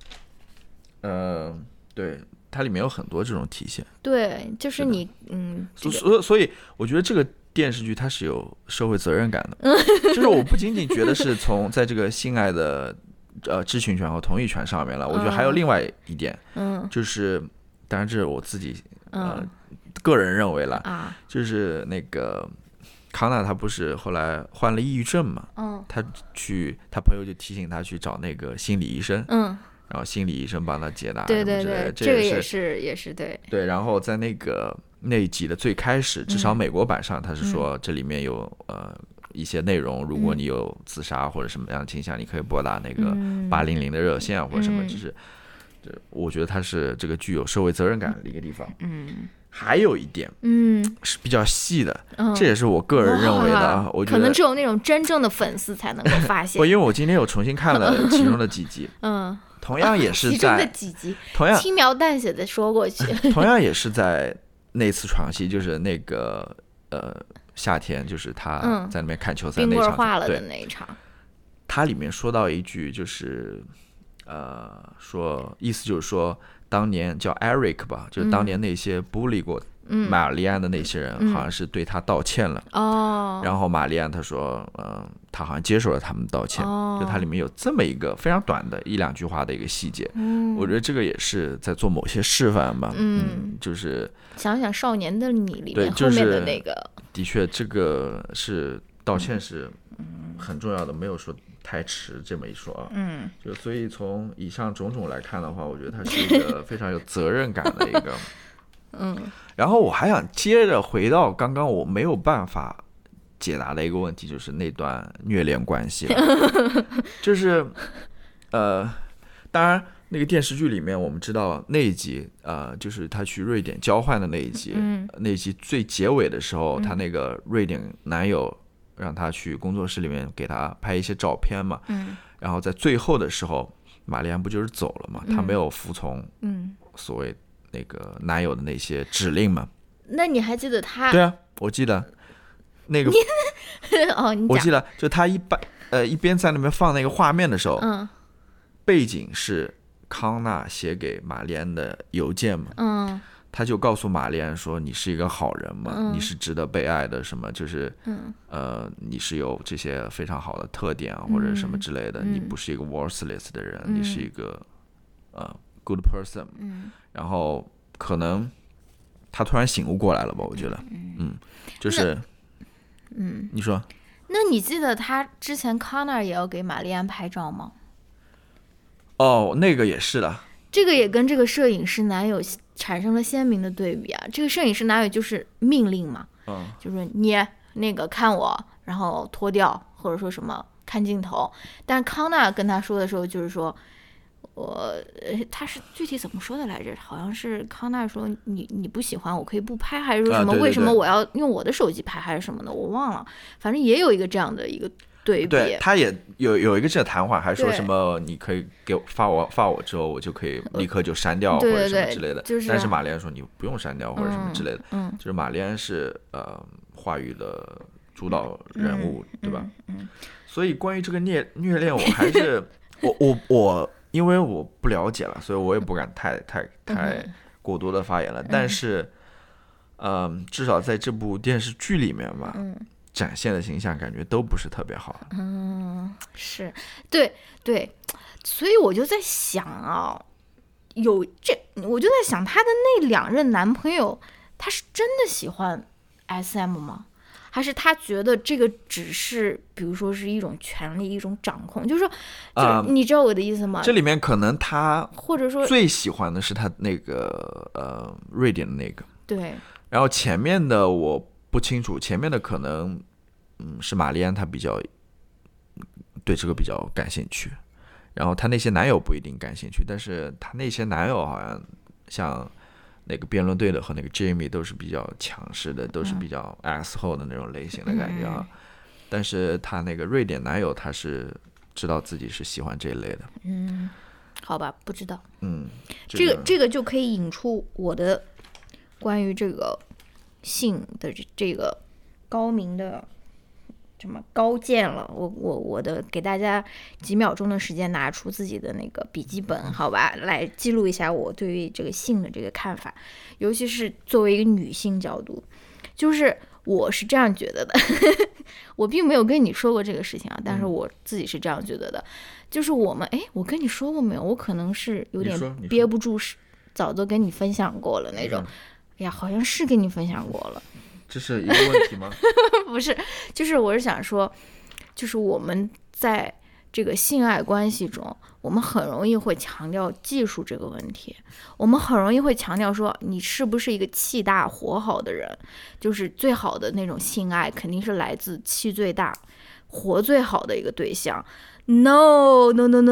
对，它里面有很多这种体现。 对，就是你所以我觉得这个电视剧它是有社会责任感的，就是我不仅仅觉得是从在这个性爱的知情权和同意权上面了，我觉得还有另外一点，就是当然这是我自己个人认为了，就是那个康纳他不是后来患了抑郁症嘛，他朋友就提醒他去找那个心理医生，然后心理医生帮他解答， 对，这个也是对，然后在那一集的最开始，至少美国版上他是说这里面有一些内容，如果你有自杀或者什么样的倾向，你可以拨打那个800的热线或者什么，就是我觉得它是这个具有社会责任感的一个地方。还有一点是比较细的，这也是我个人认为的，我觉得可能只有那种真正的粉丝才能够发现。 因为我今天有重新看了其中的几集，同样也是在其中的几集，同样轻描淡写的说过去， 同样也是在那次床戏，就是那个夏天，就是他在那边看球赛那场， 冰棍化了的那一场， 他里面说到一句，就是说意思就是说，当年叫 Eric 吧，就是当年那些bully 过玛丽安的那些人好像是对他道歉了。然后玛丽安他说，他好像接受了他们的道歉。就它里面有这么一个非常短的1-2句话的一个细节。我觉得这个也是在做某些示范吧。就是想想《少年的你》里面后面的那个， 的确这个是道歉是很重要的，没有说太迟这么一说啊。就所以从以上种种来看的话，我觉得他是一个非常有责任感的一个。然后我还想接着回到刚刚我没有办法解答的一个问题，就是那段虐恋关系了。就是当然那个电视剧里面我们知道那一集就是他去瑞典交换的那一集。那一集最结尾的时候，他那个瑞典男友让他去工作室里面给他拍一些照片嘛。然后在最后的时候，玛丽安不就是走了嘛？他没有服从所谓那个男友的那些指令嘛。 那你还记得他？ 对啊，我记得那个我记得就他一边在那边放那个画面的时候，背景是康纳写给玛丽安的邮件嘛。他就告诉玛丽安说，你是一个好人嘛，你是值得被爱的，什么就是你是有这些非常好的特点或者什么之类的，你不是一个 worthless 的人，你是一个good person。然后可能他突然醒悟过来了吧，我觉得。就是你说， 那你记得他之前康纳也要给玛丽安拍照吗？ 那个也是的。 这个也跟这个摄影师男友产生了鲜明的对比啊。这个摄影师男友就是命令嘛，就是你那个看我，然后脱掉，或者说什么看镜头。但康纳跟他说的时候，就是说他是具体怎么说的来着？好像是康纳说你不喜欢我可以不拍，还是说什么为什么我要用我的手机拍，还是什么的，我忘了。反正也有一个这样的一个对比。 对，他也有一个这个谈话，还说什么你可以给发我之后，我就可以立刻就删掉或者什么之类的。但是玛丽安说你不用删掉或者什么之类的。就是玛丽安是话语的主导人物，对吧？所以关于这个虐恋，我还是我因为我不了解了，所以我也不敢太过多的发言了。但是至少在这部电视剧里面吧，展现的形象感觉都不是特别好。 是对，所以我就在想啊，我就在想他的那2任男朋友，他是真的喜欢 SM 吗？还是他觉得这个只是比如说是一种权利，一种掌控？就是说你知道我的意思吗？ 这里面可能他或者说最喜欢的是他那个瑞典的那个。 对。 然后前面的我不清楚，前面的可能是玛丽安她比较对这个比较感兴趣，然后她那些男友不一定感兴趣，但是她那些男友好像那个辩论队的和那个 Jamie 都是比较强势的，都是比较 asshole 的那种类型的感觉啊。但是她那个瑞典男友他是知道自己是喜欢这一类的。 好吧，不知道。 这个就可以引出我的关于这个性的这个高明的什么高见了。我的给大家几秒钟的时间，拿出自己的那个笔记本，好吧，来记录一下我对于这个性的这个看法，尤其是作为一个女性角度，就是我是这样觉得的。我并没有跟你说过这个事情啊，但是我自己是这样觉得的。就是我跟你说过没有？我可能是有点憋不住，早都跟你分享过了那种。哎呀，好像是跟你分享过了。 这是一个问题吗？ 不是，就是我是想说，就是我们在这个性爱关系中，我们很容易会强调技术这个问题，我们很容易会强调说你是不是一个气大活好的人，就是最好的那种性爱肯定是来自气最大活最好的一个对象。No，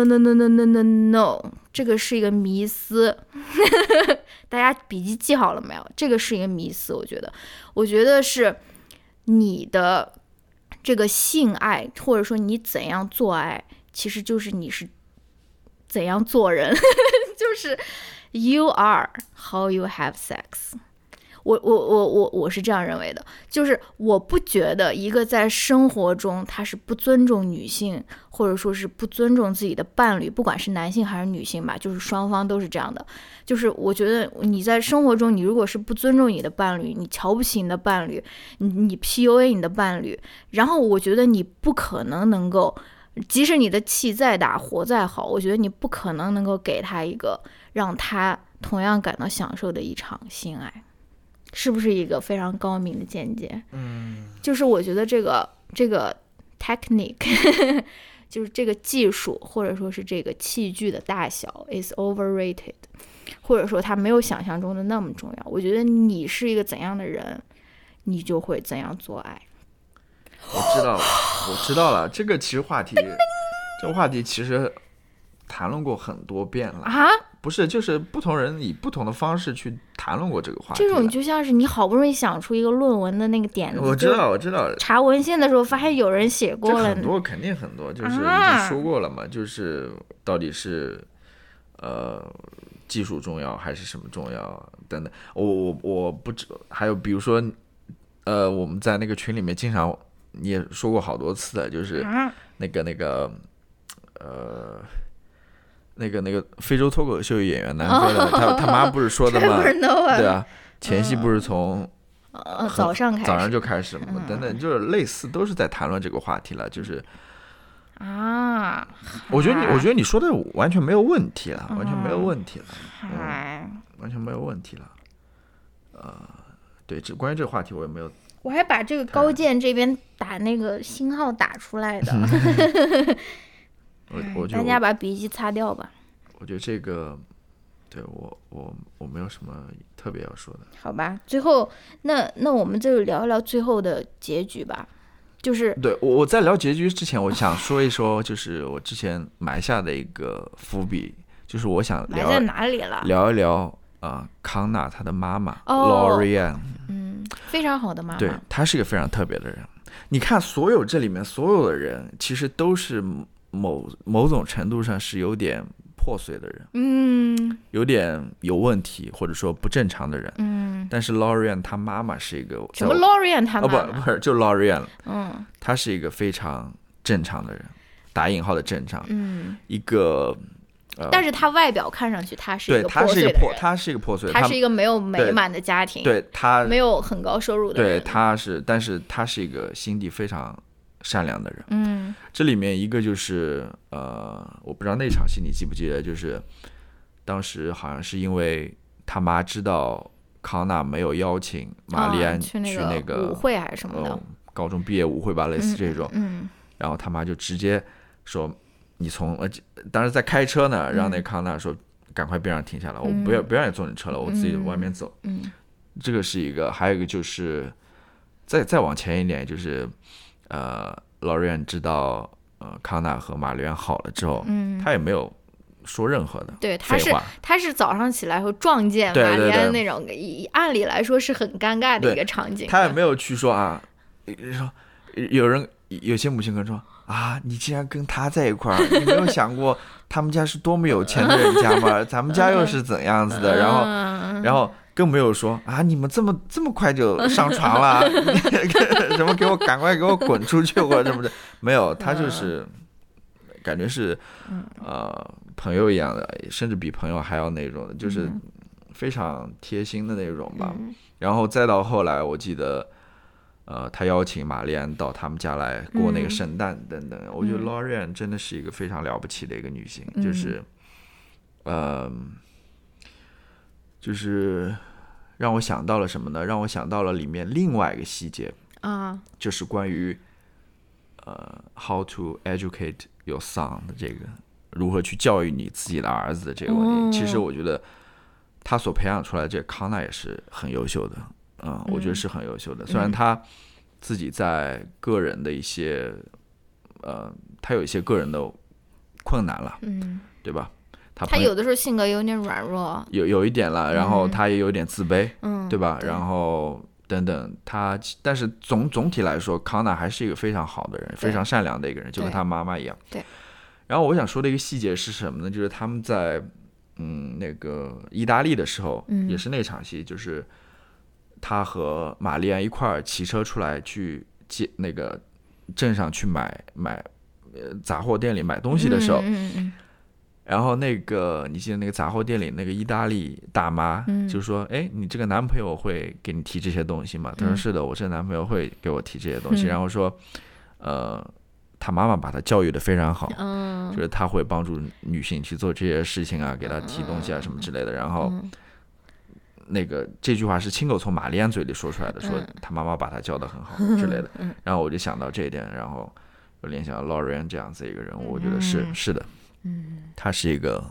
这个是一个迷思。大家笔记记好了没有？这个是一个迷思。我觉得是你的这个性爱，或者说你怎样做爱，其实就是你是怎样做人。就是 you are how you have sex。 我是这样认为的，就是我不觉得一个在生活中他是不尊重女性，或者说是不尊重自己的伴侣，不管是男性还是女性吧，就是双方都是这样的。就是我觉得你在生活中，你如果是不尊重你的伴侣，你瞧不起你的伴侣，你 PUA 你的伴侣，然后我觉得你不可能够，即使你的气再大，火再好，我觉得你不可能能够给他一个让他同样感到享受的一场性爱。是不是一个非常高明的见解？就是我觉得这个 technique 就是这个技术，或者说是这个器具的大小 is overrated， 或者说它没有想象中的那么重要。我觉得你是一个怎样的人，你就会怎样做爱。 我知道了，这个其实这个话题其实谈论过很多遍了啊。 不是，就是不同人以不同的方式去谈论过这个话题。 这种就像是你好不容易想出一个论文的那个点子， 我知道。 查文献的时候发现有人写过了， 很多肯定很多，就是已经说过了嘛，就是到底是技术重要还是什么重要等等。我不知，还有比如说我们在那个群里面经常你也说过好多次的，就是那个非洲脱口秀演员南非的，他妈不是说的吗？对啊，前戏不是从早上就开始嘛，等等，就是类似都是在谈论这个话题了，就是我觉得你说的完全没有问题了，完全没有问题了，对，关于这个话题我也没有， 我还把这个高健这边打那个星号打出来的。大家把笔记擦掉吧。 我觉得这个，对我没有什么特别要说的。 好吧，最后那我们就聊一聊最后的结局吧。就是对我在聊结局之前，我想说一说，就是我之前埋下的一个伏笔，就是我想埋在哪里了？ 聊一聊康纳他的妈妈 Lori-Ann， 非常好的妈妈。 对，她是一个非常特别的人。你看，这里面所有的人，其实都是某种程度上是有点破碎的人，有点有问题或者说不正常的人，但是 Lori-Ann 她妈妈是一个什么 Lori-Ann 她妈妈？ 不是就 Lori-Ann，她是一个非常正常的人，打引号的正常，一个。 但是他外表看上去他是一个破碎的人， 他是一个破碎的， 他是一个没有美满的家庭， 对他没有很高收入的人， 对但是他是一个心地非常善良的人。这里面一个就是我不知道那场戏你记不记得，就是当时好像是因为他妈知道康纳没有邀请玛丽安去那个舞会还是什么的， 高中毕业舞会吧，类似这种，然后他妈就直接说。你当时在开车呢，让那康纳说赶快边上停下来，我不让你坐你车了，我自己外面走。这个是一个，还有一个就是再往前一点，就是Lori-Ann 知道康纳和玛丽安好了之后，他也没有说任何的对， 废话。 他是早上起来后撞见玛丽安那种，按理来说是很尴尬的一个场景。 他也没有去说说有些母亲可能说。你竟然跟他在一块儿，你没有想过他们家是多么有钱的人家吗？咱们家又是怎样子的？然后更没有说你们这么快就上床了，什么赶快给我滚出去或者什么的，没有，他就是感觉是朋友一样的，甚至比朋友还要那种，就是非常贴心的那种吧。然后再到后来，我记得。他邀请玛丽安到他们家来过那个圣诞等等，我觉得 Lori-Ann 真的是一个非常了不起的一个女性，就是让我想到了什么呢？让我想到了里面另外一个细节就是关于how to educate your son 的这个如何去教育你自己的儿子的这个问题。其实我觉得他所培养出来的这个康纳也是很优秀的。我觉得是很优秀的。虽然他自己在个人的一些，他有一些个人的困难了，对吧？他有的时候性格有点软弱， 有一点了，然后他也有点自卑，对吧？然后等等，但是总体来说，康纳还是一个非常好的人，非常善良的一个人，就跟他妈妈一样。 对。 然后我想说的一个细节是什么呢？就是他们在那个意大利的时候，也是那场戏，就是。 他和玛丽安一块儿骑车出来去那个镇上去买杂货店里买东西的时候，然后那个你记得那个杂货店里那个意大利大妈就说，哎，你这个男朋友会给你提这些东西吗？他说是的，我这个男朋友会给我提这些东西，然后说他妈妈把他教育的非常好，就是他会帮助女性去做这些事情啊，给他提东西啊什么之类的，然后那个这句话是亲口从玛丽安嘴里说出来的，说他妈妈把他教得很好之类的，然后我就想到这一点，然后我联想到 Lorraine 这样子一个人物，我觉得是的，他是一个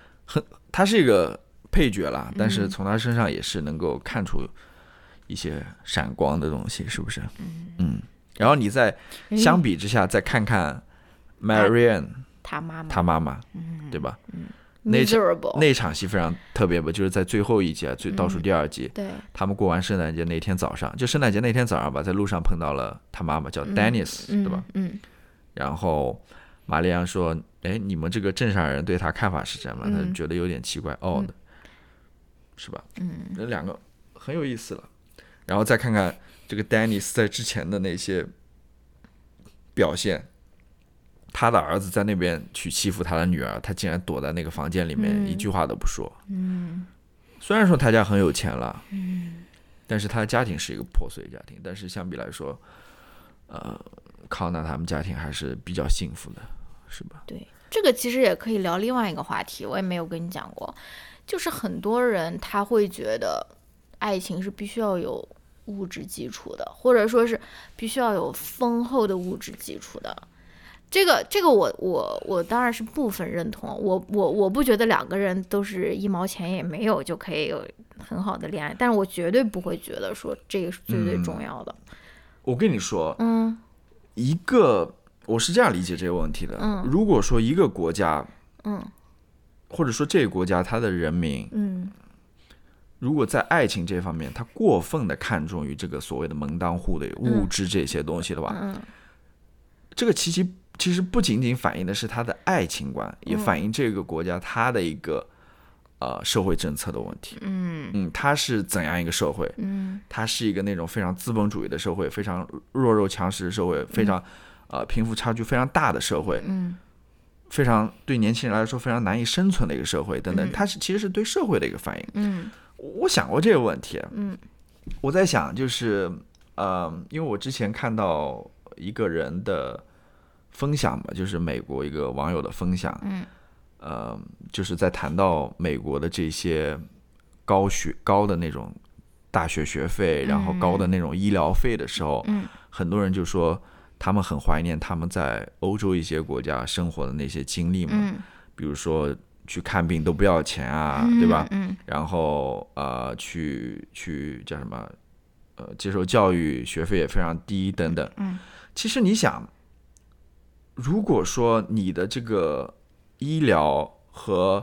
配角啦，但是从他身上也是能够看出一些闪光的东西，是不是？然后你再相比之下再看看 Marianne 他妈妈，对吧？那场戏非常特别吧，就是在最后一集倒数第2集， 对， 他们过完圣诞节那天早上，就圣诞节那天早上吧，在路上碰到了他妈妈叫 Dennis，对吧？然后玛丽安说，哎，你们这个镇上人对他看法是什么？他觉得有点奇怪，的，是吧？这两个很有意思了。然后再看看这个 Dennis 在之前的那些表现，他的儿子在那边去欺负他的女儿，他竟然躲在那个房间里面，一句话都不说。虽然说他家很有钱了，但是他的家庭是一个破碎家庭，但是相比来说，康纳他们家庭还是比较幸福的，是吧？ 对，这个其实也可以聊另外一个话题，我也没有跟你讲过，就是很多人他会觉得爱情是必须要有物质基础的，或者说是必须要有丰厚的物质基础的。这个我当然是部分认同，我不觉得2个人都是1毛钱也没有就可以有很好的恋爱，但是我绝对不会觉得说这个是最重要的。 我跟你说，我是这样理解这个问题的。如果说一个国家，或者说这个国家它的人民，如果在爱情这方面他过分的看重于这个所谓的门当户对、物质这些东西的话，这个其实不仅仅反映的是他的爱情观，也反映这个国家它的一个社会政策的问题。它是怎样一个社会？它是一个那种非常资本主义的社会，非常弱肉强食的社会，非常贫富差距非常大的社会，非常对年轻人来说非常难以生存的一个社会等等，它其实是对社会的一个反应。我想过这个问题，我在想就是因为我之前看到一个人的分享吧，就是美国一个网友的分享，就是在谈到美国的这些高的那种大学学费，然后高的那种医疗费的时候，很多人就说他们很怀念他们在欧洲一些国家生活的那些经历嘛，比如说去看病都不要钱啊，对吧？然后去叫什么接受教育学费也非常低等等。其实你想，如果说你的这个医疗和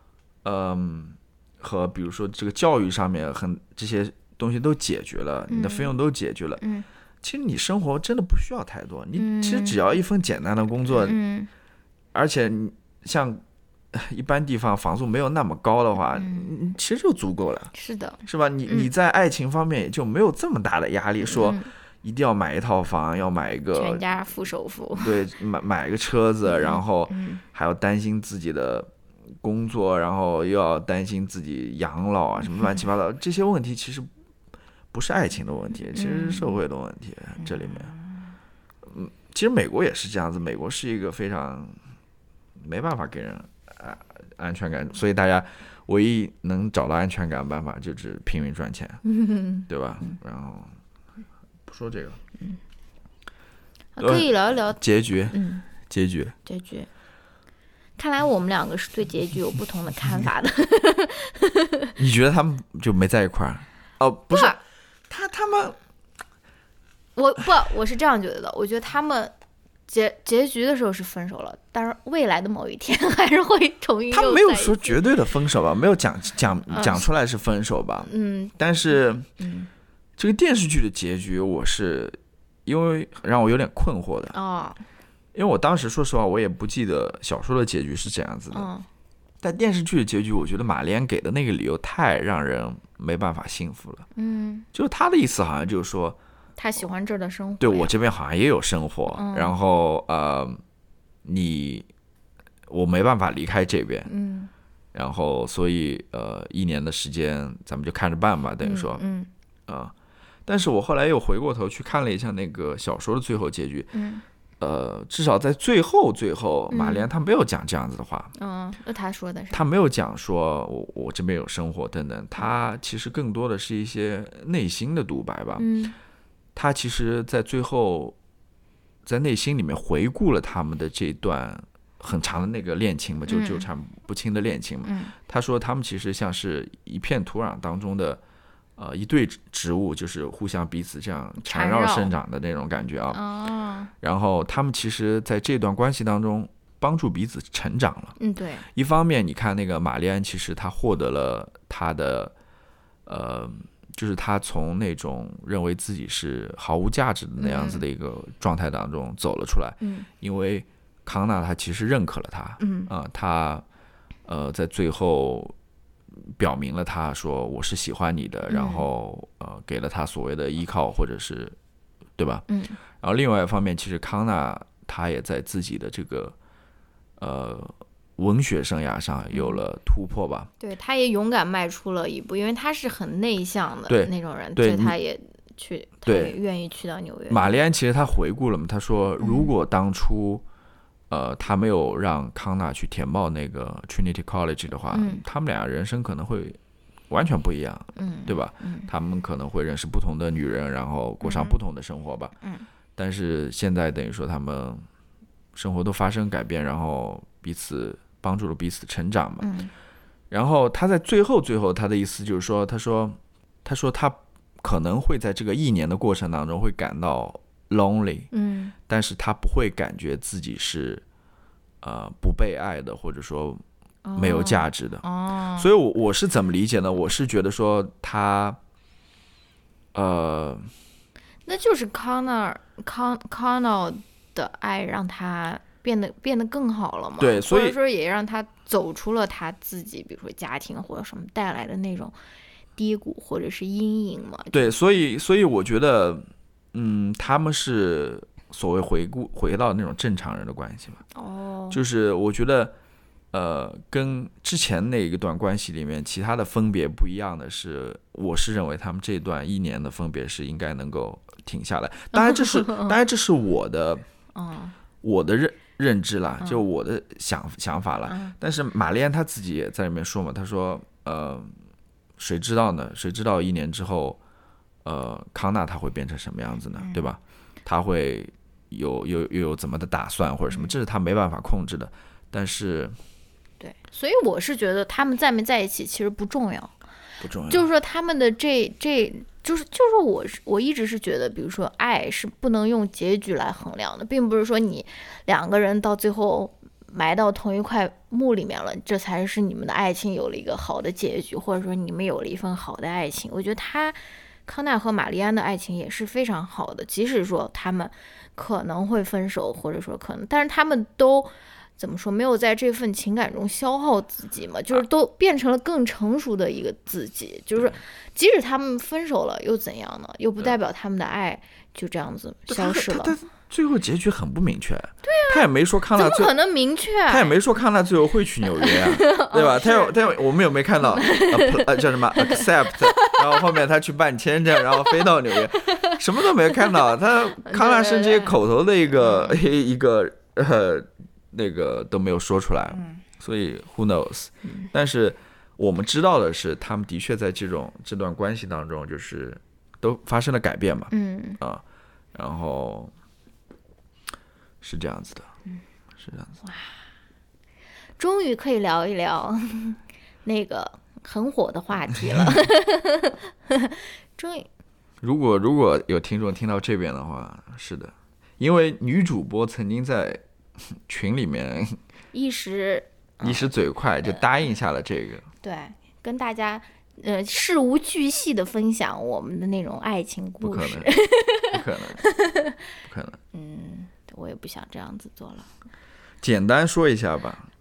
比如说这个教育上面这些东西都解决了，你的费用都解决了，其实你生活真的不需要太多，你其实只要一份简单的工作，而且像一般地方房租没有那么高的话，其实就足够了。是的，是吧？你在爱情方面也就没有这么大的压力，说一定要买一套房，要买一个全家付首付， 对，买一个车子，然后还要担心自己的工作，然后又要担心自己养老啊，什么乱七八糟这些问题，其实不是爱情的问题，其实是社会的问题。这里面，其实美国也是这样子，美国是一个非常没办法给人安全感，所以大家唯一能找到安全感的办法就是拼命赚钱，对吧？然后不说这个， 可以聊一聊结局。 看来我们2个是对结局有不同的看法的。 你觉得他们就没在一块儿？不是，他们， 我是这样觉得的。我觉得他们结局的时候是分手了，但是未来的某一天还是会重新。 他没有说绝对的分手吧，没有讲出来是分手吧。但是这个电视剧的结局，我是因为让我有点困惑的因为我当时说实话，我也不记得小说的结局是这样子的。但电视剧的结局，我觉得玛丽安给的那个理由太让人没办法幸福了。 嗯， 就他的意思好像就是说， 他喜欢这儿的生活。 对我这边好像也有生活，然后我没办法离开这边，然后所以1年的时间咱们就看着办吧，等于说，但是我后来又回过头去看了一下那个小说的最后结局，至少在最后，玛丽安她没有讲这样子的话。 那他说的是？ 他没有讲说我这边有生活等等，他其实更多的是一些内心的独白吧。他其实在最后，在内心里面回顾了他们的这段很长的那个恋情嘛，就纠缠不清的恋情嘛。他说他们其实像是一片土壤当中的。一对植物，就是互相彼此这样缠绕生长的那种感觉啊。然后他们其实在这段关系当中帮助彼此成长了。 对。 一方面，你看那个玛丽安，其实她获得了她的，就是她从那种认为自己是毫无价值的那样子的一个状态当中走了出来。因为康纳他其实认可了她。他在最后。表明了他说我是喜欢你的，然后给了他所谓的依靠或者是对吧？然后另外一方面，其实康纳他也在自己的这个文学生涯上有了突破吧。 对，他也勇敢迈出了一步，因为他是很内向的那种人， 所以他也愿意去到纽约。 玛丽安其实他回顾了嘛，他说如果当初他没有让康纳去填报那个 Trinity College 的话，他们俩人生可能会完全不一样，对吧？他们可能会认识不同的女人，然后过上不同的生活吧。但是现在等于说他们生活都发生改变，然后彼此帮助了彼此成长嘛。然后他在最后他的意思就是说，他说他可能会在这个1年的过程当中会感到lonely，但是他不会感觉自己是不被爱的，或者说没有价值的。所以我是怎么理解呢？我是觉得说他那就是康纳的爱让他变得更好了嘛？ 对，所以或者说也让他走出了他自己，比如说家庭或者什么带来的那种低谷或者是阴影嘛？ 对，所以我觉得。他们是所谓回到那种正常人的关系嘛。就是我觉得，跟之前那一段关系里面其他的分别不一样的是，我是认为他们这段1年的分别是应该能够停下来。当然这是我的认知啦，就我的想法啦。但是玛丽安她自己也在里面说嘛，她说，谁知道呢？谁知道1年之后。康纳他会变成什么样子呢？对吧？他会有怎么的打算或者什么，这是他没办法控制的。但是， 对，所以我是觉得他们在没在一起其实不重要，就是说他们的就是我一直是觉得，比如说爱是不能用结局来衡量的，并不是说你2个人到最后埋到同一块墓里面了，这才是你们的爱情有了一个好的结局，或者说你们有了一份好的爱情。我觉得康纳和玛丽安的爱情也是非常好的，即使说他们可能会分手，或者说但是他们都怎么说，没有在这份情感中消耗自己嘛，就是都变成了更成熟的一个自己。就是即使他们分手了又怎样呢？又不代表他们的爱就这样子消失了。 最后结局很不明确。对啊，他也没说康纳怎么可能明确？ 他也没说康纳最后会去纽约啊，对吧？我们有没有看到叫什么 accept， 然后后面他去办签证，然后飞到纽约，什么都没看到。康纳甚至口头的一个那个都没有说出来，所以 who knows？但是我们知道的是，他们的确在这段关系当中，就是都发生了改变嘛。然后。是这样子的，是这样子。哇， 终于可以聊一聊那个很火的话题了。终于， 如果有听众听到这边的话，是的，因为女主播曾经在群里面一时嘴快就答应下了这个。 对，跟大家事无巨细的分享我们的那种爱情故事。 不可能。 我也不想这样子做了。 简单说一下吧，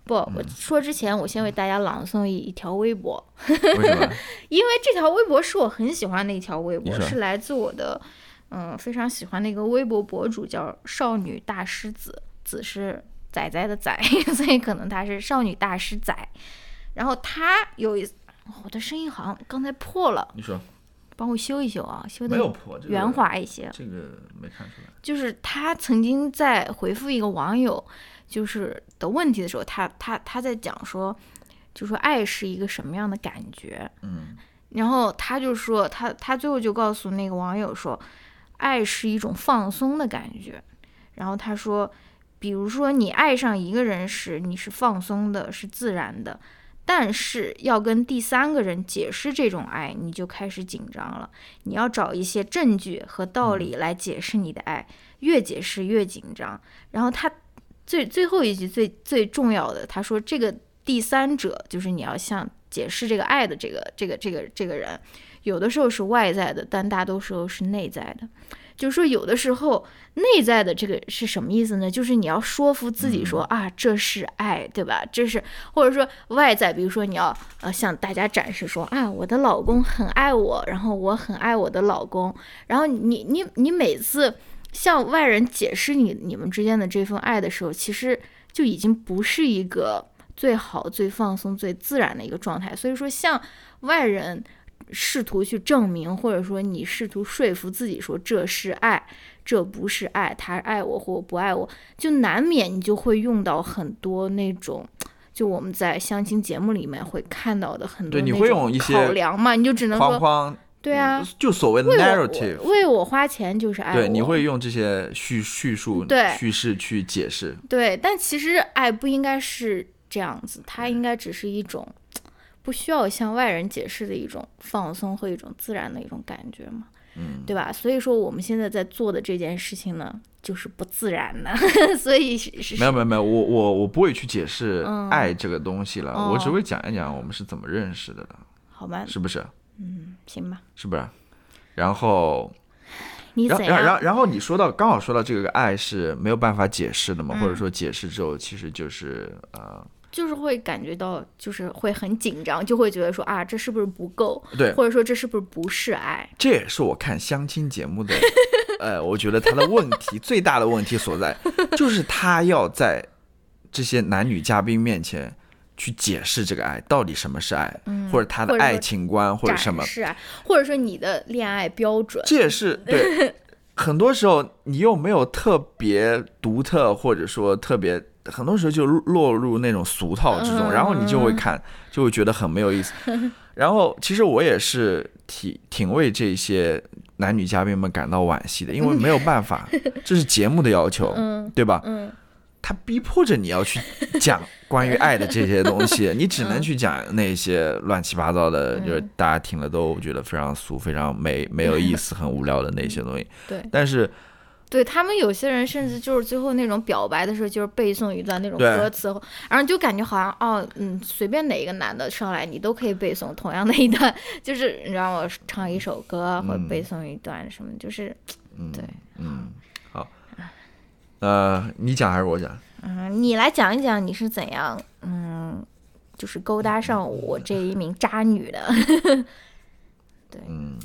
不，我说之前，我先为大家朗诵一条微博。 为什么？ 因为这条微博是我很喜欢的一条微博，是来自我的非常喜欢的一个微博博主，叫少女大师子，子是仔仔的仔，所以可能他是少女大师仔。然后他有一，我的声音好像刚才破了， 你说， 帮我修一修啊，修的圆滑一些。 这个没看出来。 就是他曾经在回复一个网友就是的问题的时候，他在讲说，就说爱是一个什么样的感觉。然后他就说他最后就告诉那个网友说，爱是一种放松的感觉。然后他说，比如说你爱上一个人时，你是放松的，是自然的。但是要跟第三个人解释这种爱，你就开始紧张了。你要找一些证据和道理来解释你的爱，越解释越紧张。然后他最后一句最重要的，他说这个第三者就是你要向解释这个爱的这个人，有的时候是外在的，但大多时候是内在的。就是说有的时候内在的这个是什么意思呢？就是你要说服自己说啊，这是爱，对吧？这是，或者说外在，比如说你要向大家展示说啊，我的老公很爱我，然后我很爱我的老公。然后你每次向外人解释你们之间的这份爱的时候，其实就已经不是一个最好、最放松、最自然的一个状态。所以说向外人试图去证明，或者说你试图说服自己说这是爱，这不是爱，他爱我或不爱我，就难免你就会用到很多那种，就我们在相亲节目里面会看到的很多那种考量嘛，你就只能说框框， 对啊， 就所谓的 narrative， 为我花钱就是爱我， 对，你会用这些叙述、叙事去解释， 对，但其实爱不应该是这样子，它应该只是一种不需要向外人解释的一种放松和一种自然的一种感觉嘛，对吧？所以说我们现在在做的这件事情呢，就是不自然的，所以没有，我不会去解释爱这个东西了，我只会讲一讲我们是怎么认识的， 好吧？ 是不是？ 行吧， 是不是？然后你怎样？ 然后你刚好说到这个爱是没有办法解释的嘛，或者说解释之后其实就是就是会感觉到，就是会很紧张，就会觉得说啊，这是不是不够？ 对， 或者说这是不是不是爱？ 这也是我看相亲节目的，我觉得他的问题最大的问题所在，就是他要在这些男女嘉宾面前去解释这个爱到底什么是爱，或者他的爱情观或者什么是爱，或者说你的恋爱标准， 这也是对。很多时候你又没有特别独特，或者说特别。很多时候就落入那种俗套之中，然后你就会看，就会觉得很没有意思。然后其实我也是挺为这些男女嘉宾们感到惋惜的，因为没有办法，这是节目的要求，对吧？他逼迫着你要去讲关于爱的这些东西，你只能去讲那些乱七八糟的，就是大家听了都觉得非常俗、非常没有意思、很无聊的那些东西。 对， 但是。 对他们有些人甚至就是最后那种表白的时候，就是背诵一段那种歌词，然后就感觉好像随便哪一个男的上来，你都可以背诵同样的一段，就是你让我唱一首歌或者背诵一段什么，就是对， 好，你讲还是我讲？ 你来讲一讲你是怎样就是勾搭上我这一名渣女的，对，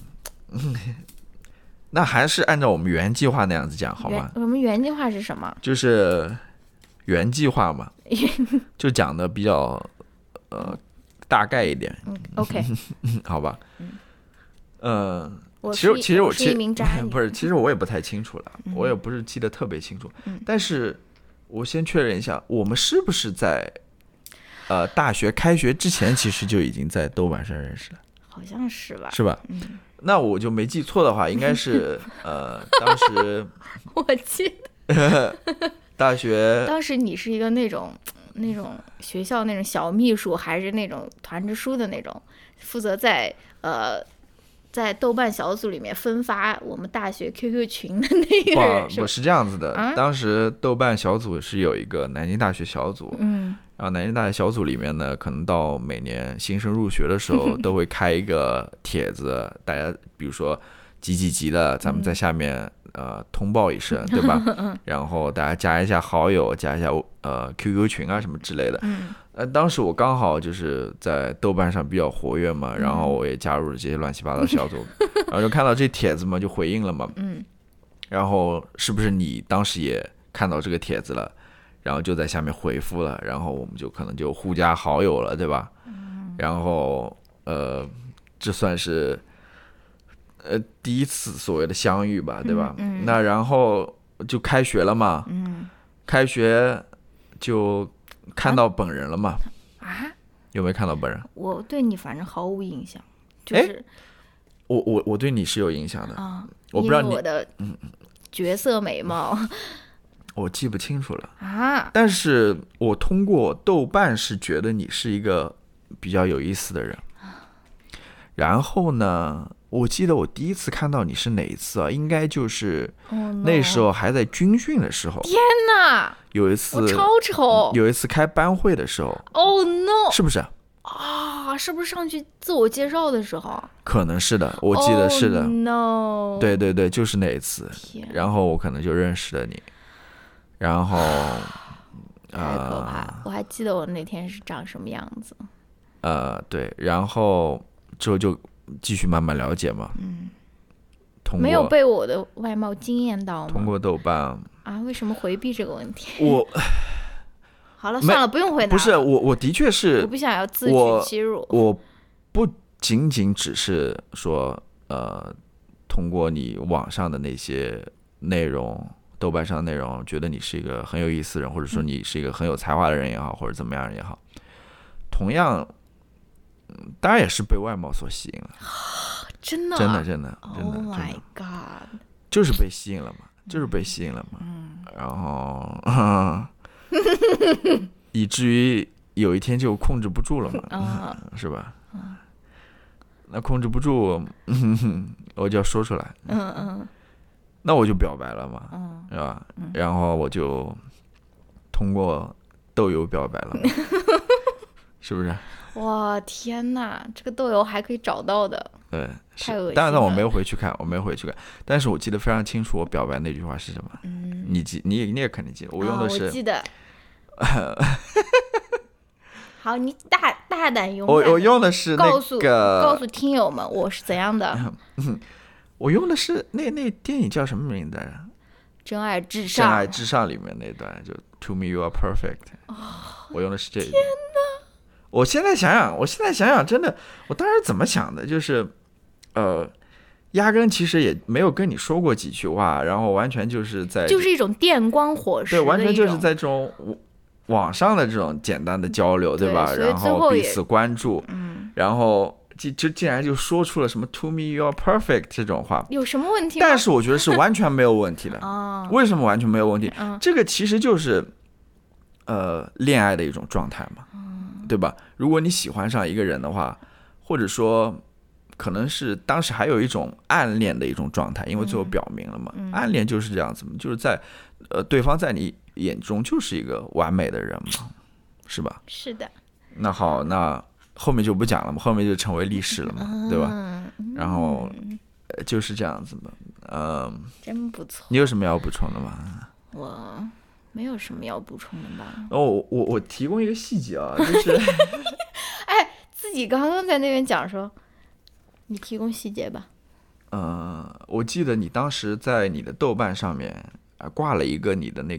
那还是按照我们原计划那样子讲好吗？ 我们原计划是什么？ 就是原计划嘛，就讲的比较大概一点。 OK， 好吧。其实我是一名渣女， 不是，其实我也不太清楚了，我也不是记得特别清楚。但是我先确认一下，我们是不是在大学开学之前，其实就已经在豆瓣上认识了？ 好像是吧？ 是吧？那我就没记错的话，应该是当时我记得大学当时你是一个那种学校那种小秘书，还是那种团支书的那种，负责在豆瓣小组里面分发我们大学 QQ 群的那个人。 不是这样子的，当时豆瓣小组是有一个南京大学小组，然后南京大学小组里面呢，可能到每年新生入学的时候都会开一个帖子，大家比如说几几级的，咱们在下面通报一声，对吧？然后大家加一下好友，加一下QQ 群啊什么之类的。当时我刚好就是在豆瓣上比较活跃嘛，然后我也加入了这些乱七八糟小组，然后就看到这帖子嘛，就回应了嘛。然后是不是你当时也看到这个帖子了，然后就在下面回复了，然后我们就可能就互加好友了，对吧？然后这算是第一次所谓的相遇吧，对吧？那然后就开学了嘛，开学就看到本人了嘛？有没有看到本人？ 我对你反正毫无印象，就是我对你是有印象的啊， 我不知道你因为我的绝色美貌我记不清楚了啊， 但是我通过豆瓣是觉得你是一个比较有意思的人。然后呢，我记得我第一次看到你是哪一次啊？应该就是那时候还在军训的时候。 天哪！ 有一次我超丑。 有一次开班会的时候。 Oh no！ 是不是啊？是不是上去自我介绍的时候？ 可能是的，我记得是的。 Oh no！ 对对对，就是那一次。然后我可能就认识了你。然后太可怕了！我还记得我那天是长什么样子。 对，然后之后就继续慢慢了解嘛。 没有被我的外貌惊艳到吗？ 通过豆瓣啊？为什么回避这个问题？好了，算了，不用回答了。 不是我的确是， 我不想要自取其辱。 我不仅仅只是说通过你网上的那些内容，豆瓣上的内容，觉得你是一个很有意思的人，或者说你是一个很有才华的人也好，或者怎么样也好，同样当然也是被外貌所吸引了。 真的真的 Oh my god！ 就是被吸引了嘛，就是被吸引了嘛。然后以至于有一天就控制不住了嘛。是吧？那控制不住我就要说出来。那我就表白了嘛。是吧？然后我就通过豆油表白了嘛。是不是？ 哇，天哪，这个豆油还可以找到的。 对， 太恶心了。 当然我没有回去看，但是我记得非常清楚，我表白那句话是什么。你也肯定记得，我用的是。 我记得。好，你大胆勇敢。 我用的是那个。 告诉听友们我是怎样的。 我用的是那电影叫什么名字来着？ 真爱至上。 真爱至上里面那段就 To me you are perfect。我用的是这个。天哪！我现在想想，真的，我当时怎么想的，就是压根其实也没有跟你说过几句话，然后完全就是就是一种电光火石。 对，完全就是在这种网上的这种简单的交流，对吧？然后彼此关注，然后竟然就说出了什么 To me you are perfect 这种话， 有什么问题吗？ 但是我觉得是完全没有问题的。为什么完全没有问题？这个其实就是恋爱的一种状态嘛。对吧？如果你喜欢上一个人的话，或者说可能是当时还有一种暗恋的一种状态，因为最后表明了嘛。暗恋就是这样子嘛，就是在对方在你眼中就是一个完美的人嘛，是吧？ 是的。那好，那后面就不讲了嘛，后面就成为历史了嘛，对吧？然后就是这样子嘛。 真不错。 你有什么要补充的吗？ 我没有什么要补充的吧。 我提供一个细节啊，就是哎，自己刚刚在那边讲说，你提供细节吧。 我记得你当时在你的豆瓣上面挂了一个你的那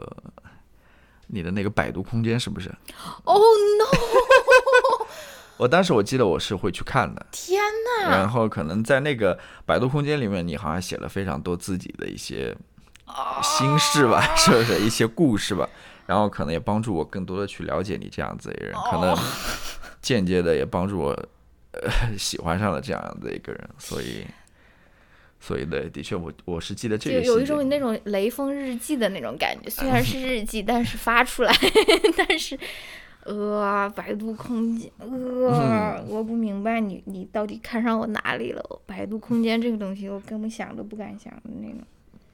个百度空间，是不是？ Oh no！ 我当时我记得我是会去看的。 天哪！ 然后可能在那个百度空间里面，你好像写了非常多自己的一些心事吧，是不是一些故事吧？然后可能也帮助我更多的去了解你这样子的人，可能间接的也帮助我喜欢上了这样的一个人，所以的确我是记得这个， 就有一种那种雷锋日记的那种感觉，虽然是日记，但是发出来，但是百度空间，我不明白你到底看上我哪里了？百度空间这个东西，我根本想都不敢想的那种。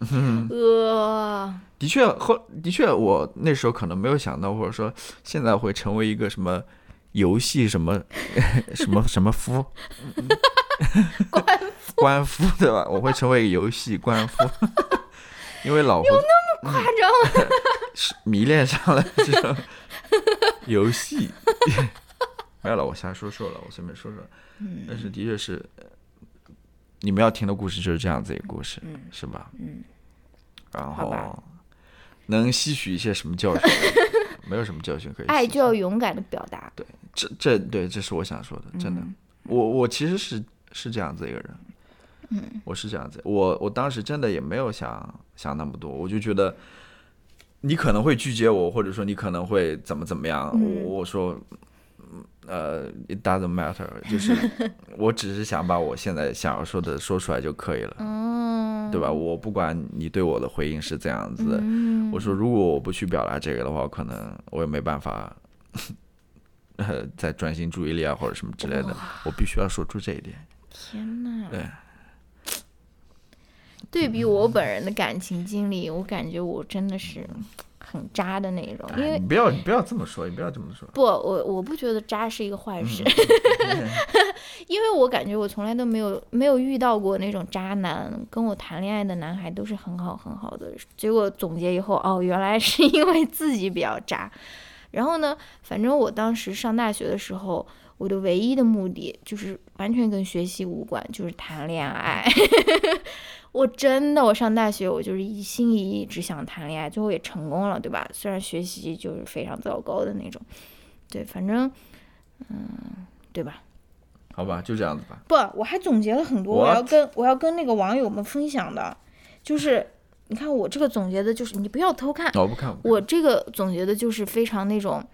的确，我那时候可能没有想到，或者说现在会成为一个什么游戏什么夫，官夫对吧？我会成为一个游戏官夫。 因为老婆有那么夸张？ 是迷恋上了这种游戏。没有了，我瞎说了，我随便说。但是的确是，你们要听的故事就是这样子一个故事，是吧？然后能吸取一些什么教训？没有什么教训可以。 爱就要勇敢的表达。 对，这是我想说的，真的。我其实是这样子一个人。我是这样子，我当时真的也没有想那么多，我就觉得你可能会拒绝我，或者说你可能会怎么样。我说，it doesn't matter， 就是我只是想把我现在想要说的说出来就可以了，对吧？我不管你对我的回应是这样子的，我说如果我不去表达这个的话，可能我也没办法再专心注意力啊或者什么之类的，我必须要说出这一点。 天哪！ 对。 对比我本人的感情经历，我感觉我真的是很渣的那种。因为你不要这么说， 不，我不觉得渣是一个坏事，因为我感觉我从来都没有遇到过那种渣男，跟我谈恋爱的男孩都是很好的。结果总结以后，原来是因为自己比较渣。然后呢，反正我当时上大学的时候，我的唯一的目的就是完全跟学习无关，就是谈恋爱。我上大学我就是一心一意只想谈恋爱，最后也成功了，对吧？虽然学习就是非常糟糕的那种，对，反正对吧？ 好吧，就这样子吧。 不，我还总结了很多，我要跟那个网友们分享的，就是你看我这个总结的就是你不要偷看， 不看。 我这个总结的就是非常那种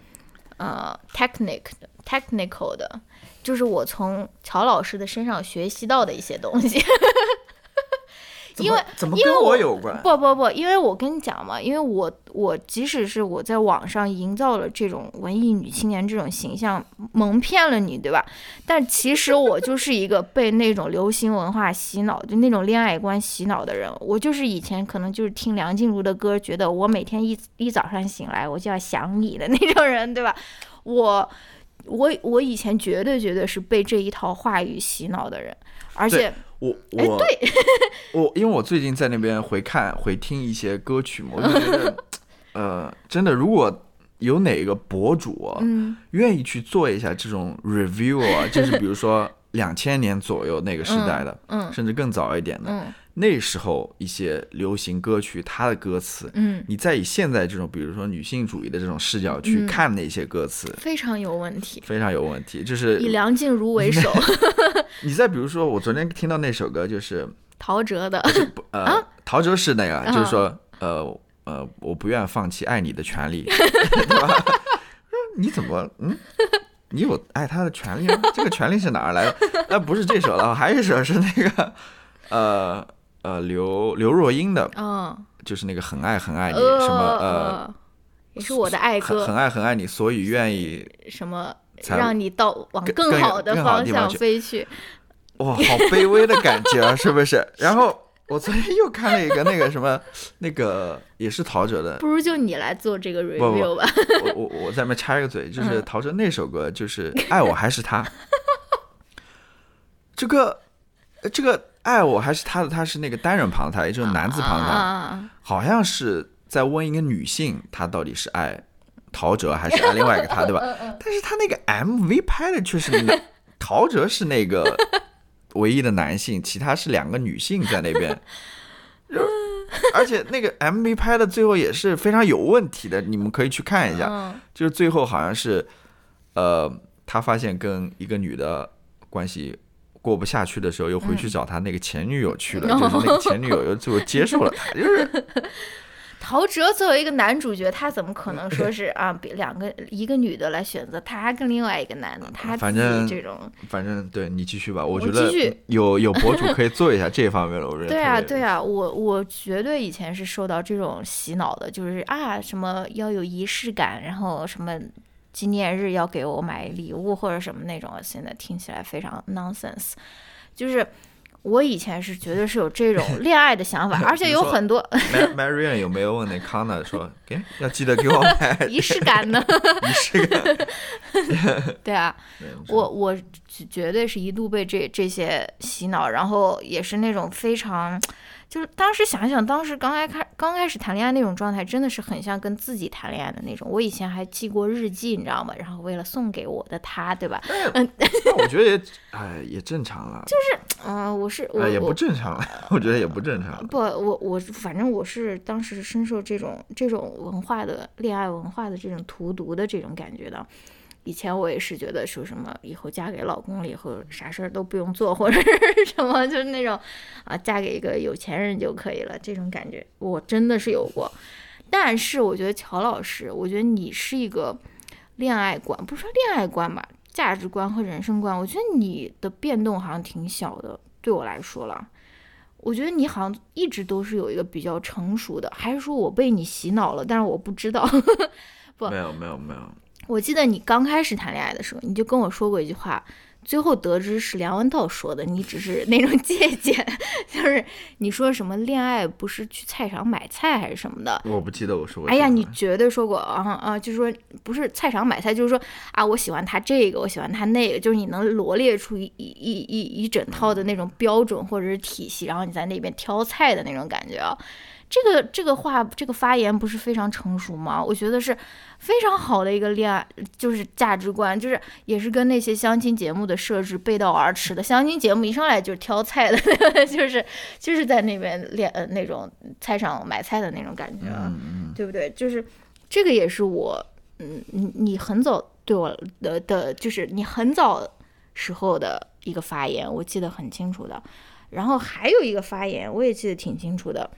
technical 的，就是我从乔老师的身上学习到的一些东西。因为怎么跟我有关？ 不，因为我跟你讲嘛，因为我即使是我在网上营造了这种文艺女青年这种形象，蒙骗了你，对吧？但其实我就是一个被那种流行文化洗脑，就那种恋爱观洗脑的人。我就是以前可能就是听梁静茹的歌，觉得我每天一早上醒来我就要想你的那种人，对吧？我以前绝对是被这一套话语洗脑的人，而且因为我最近在那边回听一些歌曲嘛，我就觉得真的如果有哪个博主愿意去做一下这种 review 啊，就是比如说2000年左右那个时代的，甚至更早一点的，那时候一些流行歌曲它的歌词，你再以现在这种比如说女性主义的这种视角去看那些歌词， 非常有问题， 就是以梁静茹为首。 你再比如说我昨天听到那首歌就是陶喆的， 陶喆是那个，就是说我不愿放弃爱你的权利，对吧？你怎么你有爱他的权利吗？这个权利是哪儿来的？那不是这首了，还有一首是那个刘若英的，就是那个很爱很爱你，什么也是我的爱歌， 很爱很爱你，所以愿意什么让你往更好的方向飞去。 哇，好卑微的感觉啊，是不是？然后我昨天又看了一个那个什么，那个也是陶喆的， 不如就你来做这个 review 吧。 我在那边插一个嘴，就是陶喆那首歌，就是爱我还是他。这个爱我还是他的，他是那个单人旁，他也就是男字旁的，好像是在问一个女性，她到底是爱陶喆还是爱另外一个他，对吧？但是他那个 MV 拍的却是陶喆是那个唯一的男性，其他是2个女性在那边，而且那个 MV 拍的最后也是非常有问题的，你们可以去看一下，就是最后好像是他发现跟一个女的关系过不下去的时候，又回去找他那个前女友去了，就是那个前女友又最后接受了他，就是陶喆作为一个男主角，他怎么可能说是一个女的来选择他跟另外一个男的？他自己这种， 反正对你继续吧，我觉得有博主可以做一下这方面的，我觉得对啊，我绝对以前是受到这种洗脑的，就是什么要有仪式感，然后什么纪念日要给我买礼物或者什么那种，现在听起来非常 nonsense， 就是我以前是绝对是有这种恋爱的想法，而且有很多。 Marianne 有没有问那 Connor 说，要记得给我买仪式感呢？ 仪式感。 对啊，我绝对是一度被这些洗脑，然后也是那种非常就是当时想想，当时刚开始谈恋爱那种状态，真的是很像跟自己谈恋爱的那种。我以前还记过日记，你知道吗？然后为了送给我的他，对吧？ 那我觉得也正常了。 就是我也不正常了，我觉得也不正常了。 不，我反正我是当时深受这种文化的恋爱文化的这种荼毒的这种感觉的。以前我也是觉得说什么以后嫁给老公了以后啥事儿都不用做，或者是什么就是那种嫁给一个有钱人就可以了，这种感觉我真的是有过。但是我觉得乔老师，我觉得你是一个恋爱观，不是说恋爱观吧，价值观和人生观，我觉得你的变动好像挺小的，对我来说了。我觉得你好像一直都是有一个比较成熟的，还是说我被你洗脑了？但是我不知道。不， 没有。 我记得你刚开始谈恋爱的时候，你就跟我说过一句话，最后得知是梁文道说的，你只是那种借鉴，就是你说什么恋爱不是去菜场买菜还是什么的， 我不记得我说过。 哎呀，你绝对说过就是说不是菜场买菜，就是说我喜欢他这个，我喜欢他那个，就是你能罗列出一整套的那种标准或者是体系，然后你在那边挑菜的那种感觉啊。这个话，这个发言不是非常成熟吗？我觉得是非常好的一个恋爱，就是价值观，就是也是跟那些相亲节目的设置背道而驰的。相亲节目一上来就是挑菜的，就是在那边那种菜场买菜的那种感觉，对不对？就是这个也是我，你很早对我的，就是你很早时候的一个发言，我记得很清楚的。然后还有一个发言，我也记得挺清楚的。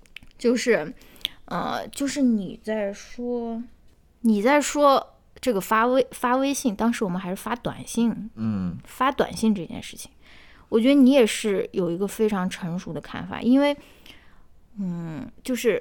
就是你在说这个发微信，当时我们还是发短信，发短信这件事情，我觉得你也是有一个非常成熟的看法，因为，就是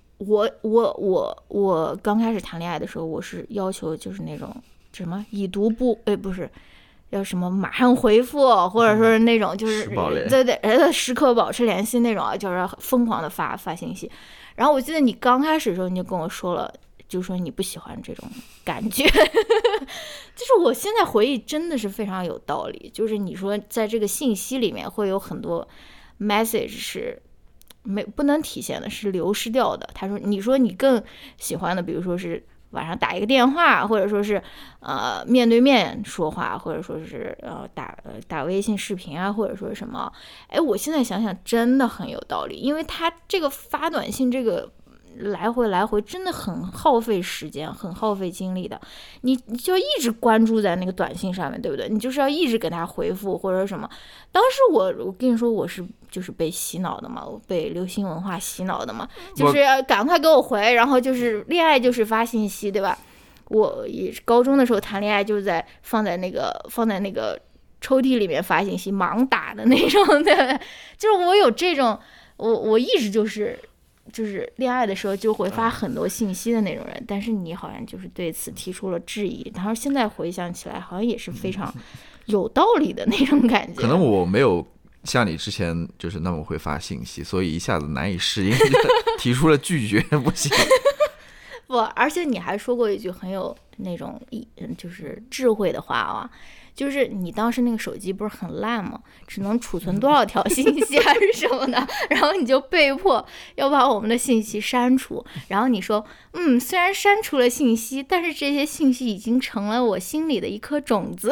我刚开始谈恋爱的时候，我是要求就是那种什么已读不是。要什么马上回复，或者说是那种就是对时刻保持联系那种就是疯狂的发信息。然后我记得你刚开始的时候你就跟我说了，就说你不喜欢这种感觉。就是我现在回忆真的是非常有道理，就是你说在这个信息里面会有很多 message 是不能体现的，是流失掉的。你说你更喜欢的比如说是晚上打一个电话，或者说是面对面说话，或者说是打微信视频或者说什么。我现在想想真的很有道理，因为他这个发短信这个来回真的很耗费时间，很耗费精力的。你就要一直关注在那个短信上面，对不对？你就是要一直给他回复或者什么。当时我跟你说我是就是被洗脑的嘛，我被流行文化洗脑的嘛，就是要赶快给我回，然后就是恋爱就是发信息，对吧？我也高中的时候谈恋爱就是放在那个抽屉里面发信息，盲打的那种的。就是我有这种，我一直就是恋爱的时候就会发很多信息的那种人，但是你好像就是对此提出了质疑，然后现在回想起来好像也是非常有道理的那种感觉。 可能我没有像你之前就是那么会发信息，所以一下子难以适应，提出了拒绝不行。 不，而且你还说过一句很有那种就是智慧的话就是你当时那个手机不是很烂吗？只能储存多少条信息还是什么的，然后你就被迫要把我们的信息删除。然后你说，虽然删除了信息，但是这些信息已经成了我心里的一颗种子。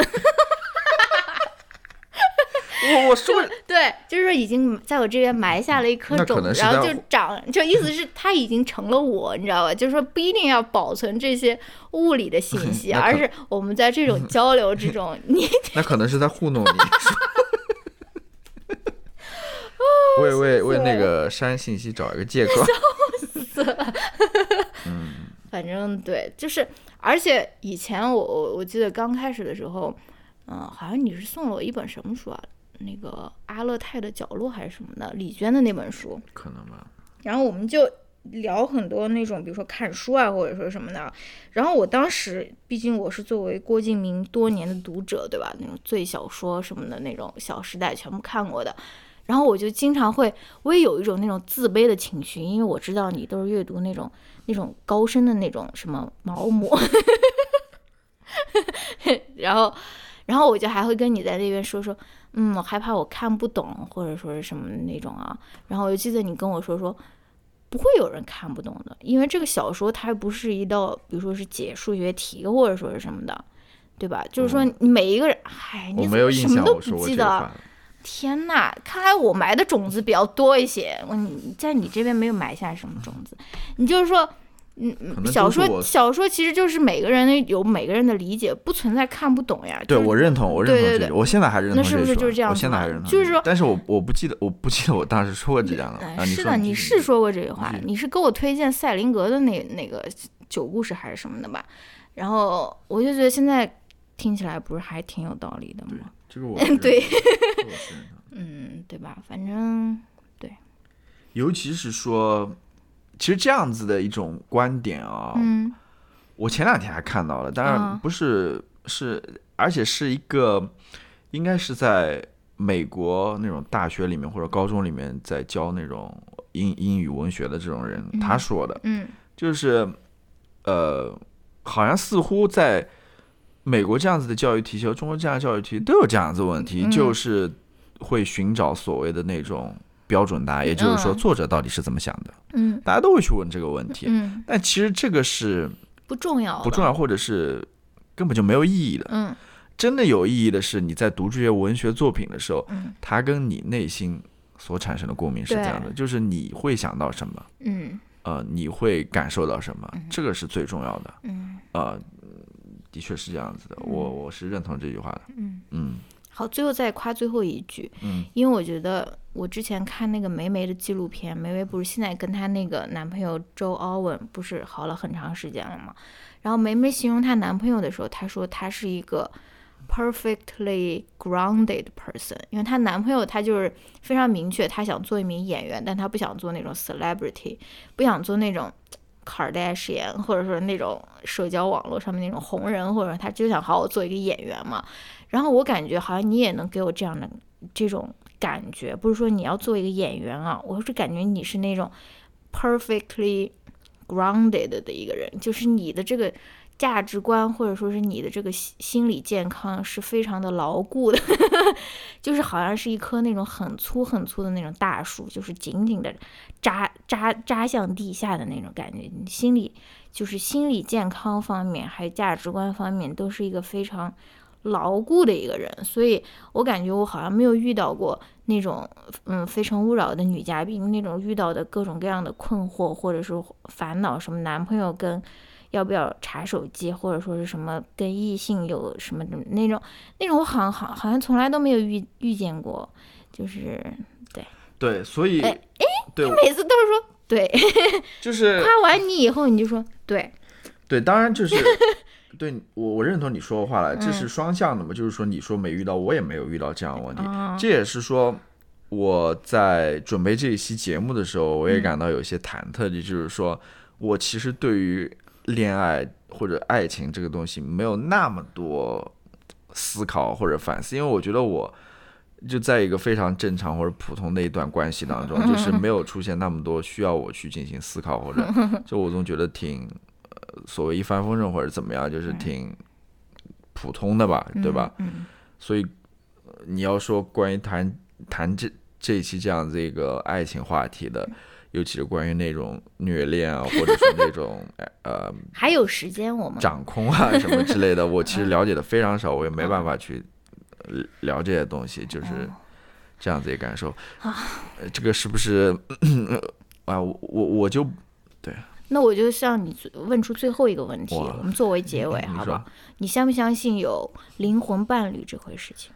我说对，就是说已经在我这边埋下了一颗种子，然后就长，就意思是它已经成了我，你知道吧？就是说不一定要保存这些物理的信息，而是我们在这种交流之中， 那可能是在糊弄你。为那个删信息找一个借口。 笑死了。反正对，就是而且以前我记得刚开始的时候，好像你是送了我一本什么书啊？那个阿勒泰的角落还是什么的，李娟的那本书， 可能吧。 然后我们就聊很多那种，比如说看书或者说什么的。然后我当时，毕竟我是作为郭敬明多年的读者，对吧？那种最小说什么的那种，《小时代》全部看过的。然后我就经常我也有一种那种自卑的情绪，因为我知道你都是阅读那种高深的那种什么毛姆，然后我就还会跟你在那边说， 害怕我看不懂或者说是什么那种啊。然后我就记得你跟我说不会有人看不懂的，因为这个小说它不是一道比如说是解数学题或者说是什么的，对吧？就是说你每一个人，你怎么什么都不记得？天呐，看来我埋的种子比较多一些。你在你这边没有埋下什么种子，你就是说。小说其实就是每个人有每个人的理解，不存在看不懂呀。 对，我认同这个，我现在还认同这个。 那是不是就是这样？ 我现在还认同， 就是说， 但是我不记得我当时说过这样的。 是的，你是说过这句话，你是给我推荐赛林格的那个9故事还是什么的吧？然后我就觉得现在听起来不是还挺有道理的吗？ 这个我对，对吧？反正对， 尤其是说。其实这样子的一种观点啊，我前2天还看到了，当然不是而且是一个应该是在美国那种大学里面或者高中里面在教那种英语文学的这种人，他说的，就是好像似乎在美国这样子的教育体系和中国这样的教育体系都有这样子的问题，就是会寻找所谓的那种。标准答案，也就是说作者到底是怎么想的，大家都会去问这个问题，但其实这个是不重要， 或者是根本就没有意义的，真的有意义的是你在读这些文学作品的时候，它跟你内心所产生的共鸣是这样的，就是你会想到什么，你会感受到什么，这个是最重要的，的确是这样子的，我是认同这句话的， 好，最后再夸最后一句，因为我觉得我之前看那个梅梅的纪录片，梅梅不是现在跟她那个男朋友周奥文不是好了很长时间了吗？然后梅梅形容她男朋友的时候，她说他是一个 perfectly grounded person， 因为她男朋友他就是非常明确，他想做一名演员，但他不想做那种 celebrity， 不想做那种Kardashian 或者说那种社交网络上面那种红人，或者他就想好好做一个演员嘛。然后我感觉好像你也能给我这样的这种感觉，不是说你要做一个演员啊，我是感觉你是那种 perfectly grounded 的一个人，就是你的这个价值观或者说是你的这个心理健康是非常的牢固的就是好像是一棵那种很粗很粗的那种大树，就是紧紧的扎向地下的那种感觉，你心理健康方面还有价值观方面都是一个非常牢固的一个人，所以我感觉我好像没有遇到过那种非诚勿扰的女嘉宾那种遇到的各种各样的困惑或者是烦恼，什么男朋友跟要不要查手机，或者说是什么跟异性有什么那种我好像从来都没有遇见过，就是对，所以对，你每次都是说对， 就是夸完你以后你就说对， 当然就是对，我认同你说的话了，这是双向的嘛，就是说你说没遇到，我也没有遇到这样的问题，这也是说我在准备这一期节目的时候，我也感到有些忐忑的，就是说我其实对于恋爱或者爱情这个东西没有那么多思考或者反思，因为我觉得我就在一个非常正常或者普通的一段关系当中，就是没有出现那么多需要我去进行思考，或者就我总觉得挺所谓一帆风顺或者怎么样，就是挺普通的吧，对吧？所以你要说关于谈这一期这样子一个爱情话题的，尤其是关于那种虐恋啊，或者是那种还有时间我们掌控啊什么之类的，我其实了解的非常少，我也没办法去聊这些东西，就是这样子一个感受。这个是不是我就对？ 那我就向你问出最后一个问题，我们作为结尾，好不好？你相不相信有灵魂伴侣这回事情？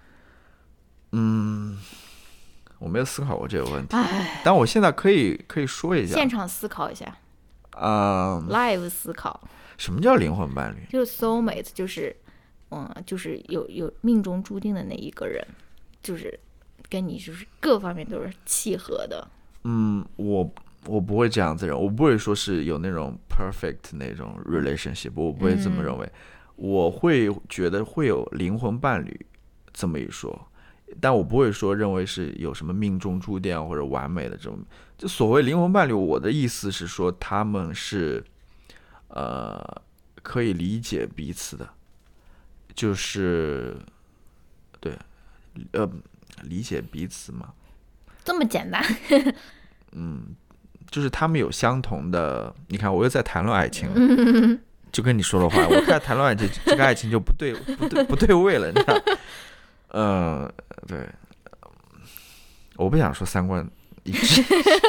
我没有思考过这个问题，但我现在可以说一下， 现场思考一下，live 思考。 什么叫灵魂伴侣？ 就是 soulmate， 就是就是有命中注定的那一个人，就是跟你就是各方面都是契合的。 我不会这样子认为，我不会说是有那种 perfect 那种 relationship， 我不会这么认为，我会觉得会有灵魂伴侣这么一说，但我不会说认为是有什么命中注定或者完美的这种。就所谓灵魂伴侣，我的意思是说他们是可以理解彼此的，就是对理解彼此吗？ 这么简单？ 就是他们有相同的，你看我又在谈论爱情了，就跟你说的话，我开始谈论爱情，这个爱情就不对位了，你知道？对，我不想说三观一致，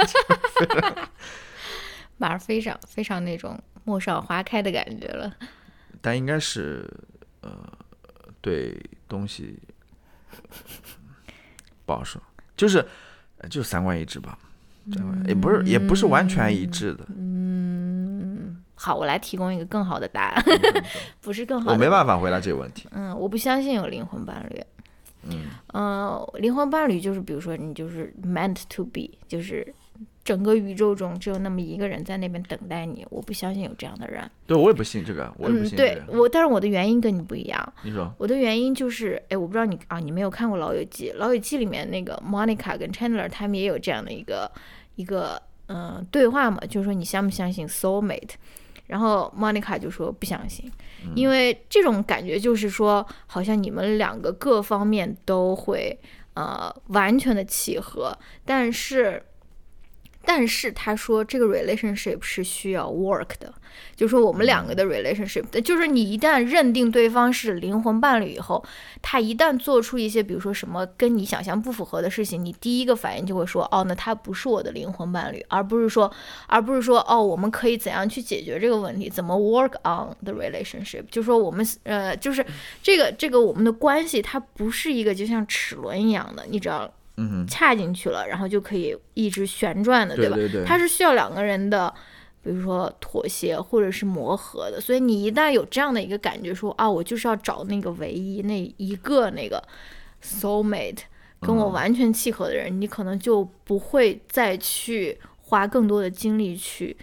马上非常那种陌上花开的感觉了。 但应该是对东西不好说，就是三观一致吧，也不是完全一致的。 好，我来提供一个更好的答案，不是更好的。 我没办法回答这个问题。 我不相信有灵魂伴侣。灵魂伴侣就是比如说你就是 meant to be， 就是整个宇宙中只有那么一个人在那边等待你，我不相信有这样的人。 对，我也不信这个，我也不信这个。 对，但是我的原因跟你不一样。 你说。 我的原因就是，我不知道你没有看过《老友记》，《老友记》里面那个 Monica 跟 Chandler 他们也有这样的一个对话嘛，就是说你相不相信 soulmate？ 然后 Monica 就说不相信，因为这种感觉就是说，好像你们两个各方面都会完全的契合，但是他说这个 relationship 是需要 work 的，就是说我们两个的 relationship，就是你一旦认定对方是灵魂伴侣以后，他一旦做出一些比如说什么跟你想象不符合的事情，你第一个反应就会说，那他不是我的灵魂伴侣，而不是说我们可以怎样去解决这个问题，怎么 work on the relationship， 就是说我们就是这个我们的关系它不是一个就像齿轮一样的，你知道掐进去了然后就可以一直旋转的，对吧？ 对， 它是需要两个人的比如说妥协或者是磨合的，所以你一旦有这样的一个感觉说我就是要找那个唯一那一个那个 soulmate 跟我完全契合的人，你可能就不会再去花更多的精力去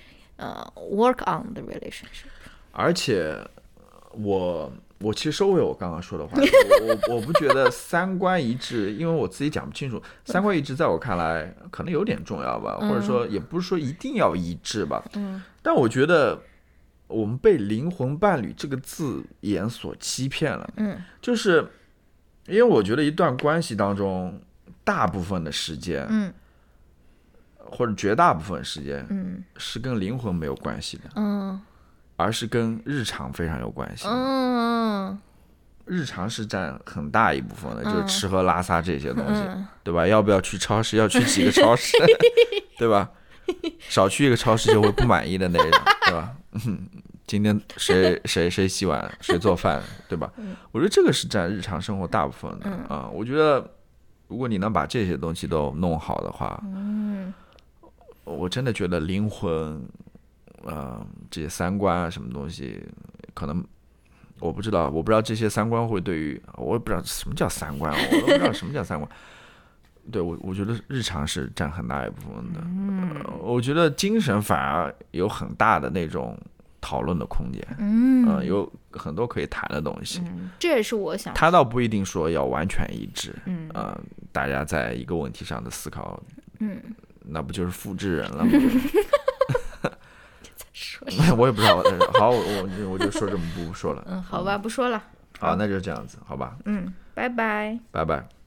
work on the relationship。 而且我其实收回我刚刚说的话，我不觉得三观一致，因为我自己讲不清楚。三观一致在我看来可能有点重要吧，或者说也不是说一定要一致吧。但我觉得我们被灵魂伴侣这个字眼所欺骗了。就是因为我觉得一段关系当中，大部分的时间，或者绝大部分时间，是跟灵魂没有关系的。而是跟日常非常有关系。日常是占很大一部分的，就是吃喝拉撒这些东西，对吧？要不要去超市？要去几个超市，对吧？少去一个超市就会不满意的那种，对吧？今天谁洗碗，谁做饭，对吧？我觉得这个是占日常生活大部分的我觉得如果你能把这些东西都弄好的话，我真的觉得灵魂。这些三观什么东西，可能我不知道这些三观会对于我也不知道什么叫三观，我都不知道什么叫三观。对我觉得日常是占很大一部分的。我觉得精神反而有很大的那种讨论的空间。有很多可以谈的东西。 这也是我想。 他倒不一定说要完全一致。大家在一个问题上的思考，那不就是复制人了吗？我也不知道，好，我就说这么不说了。 好吧，不说了。 好，那就这样子，好吧。 拜拜。 拜拜。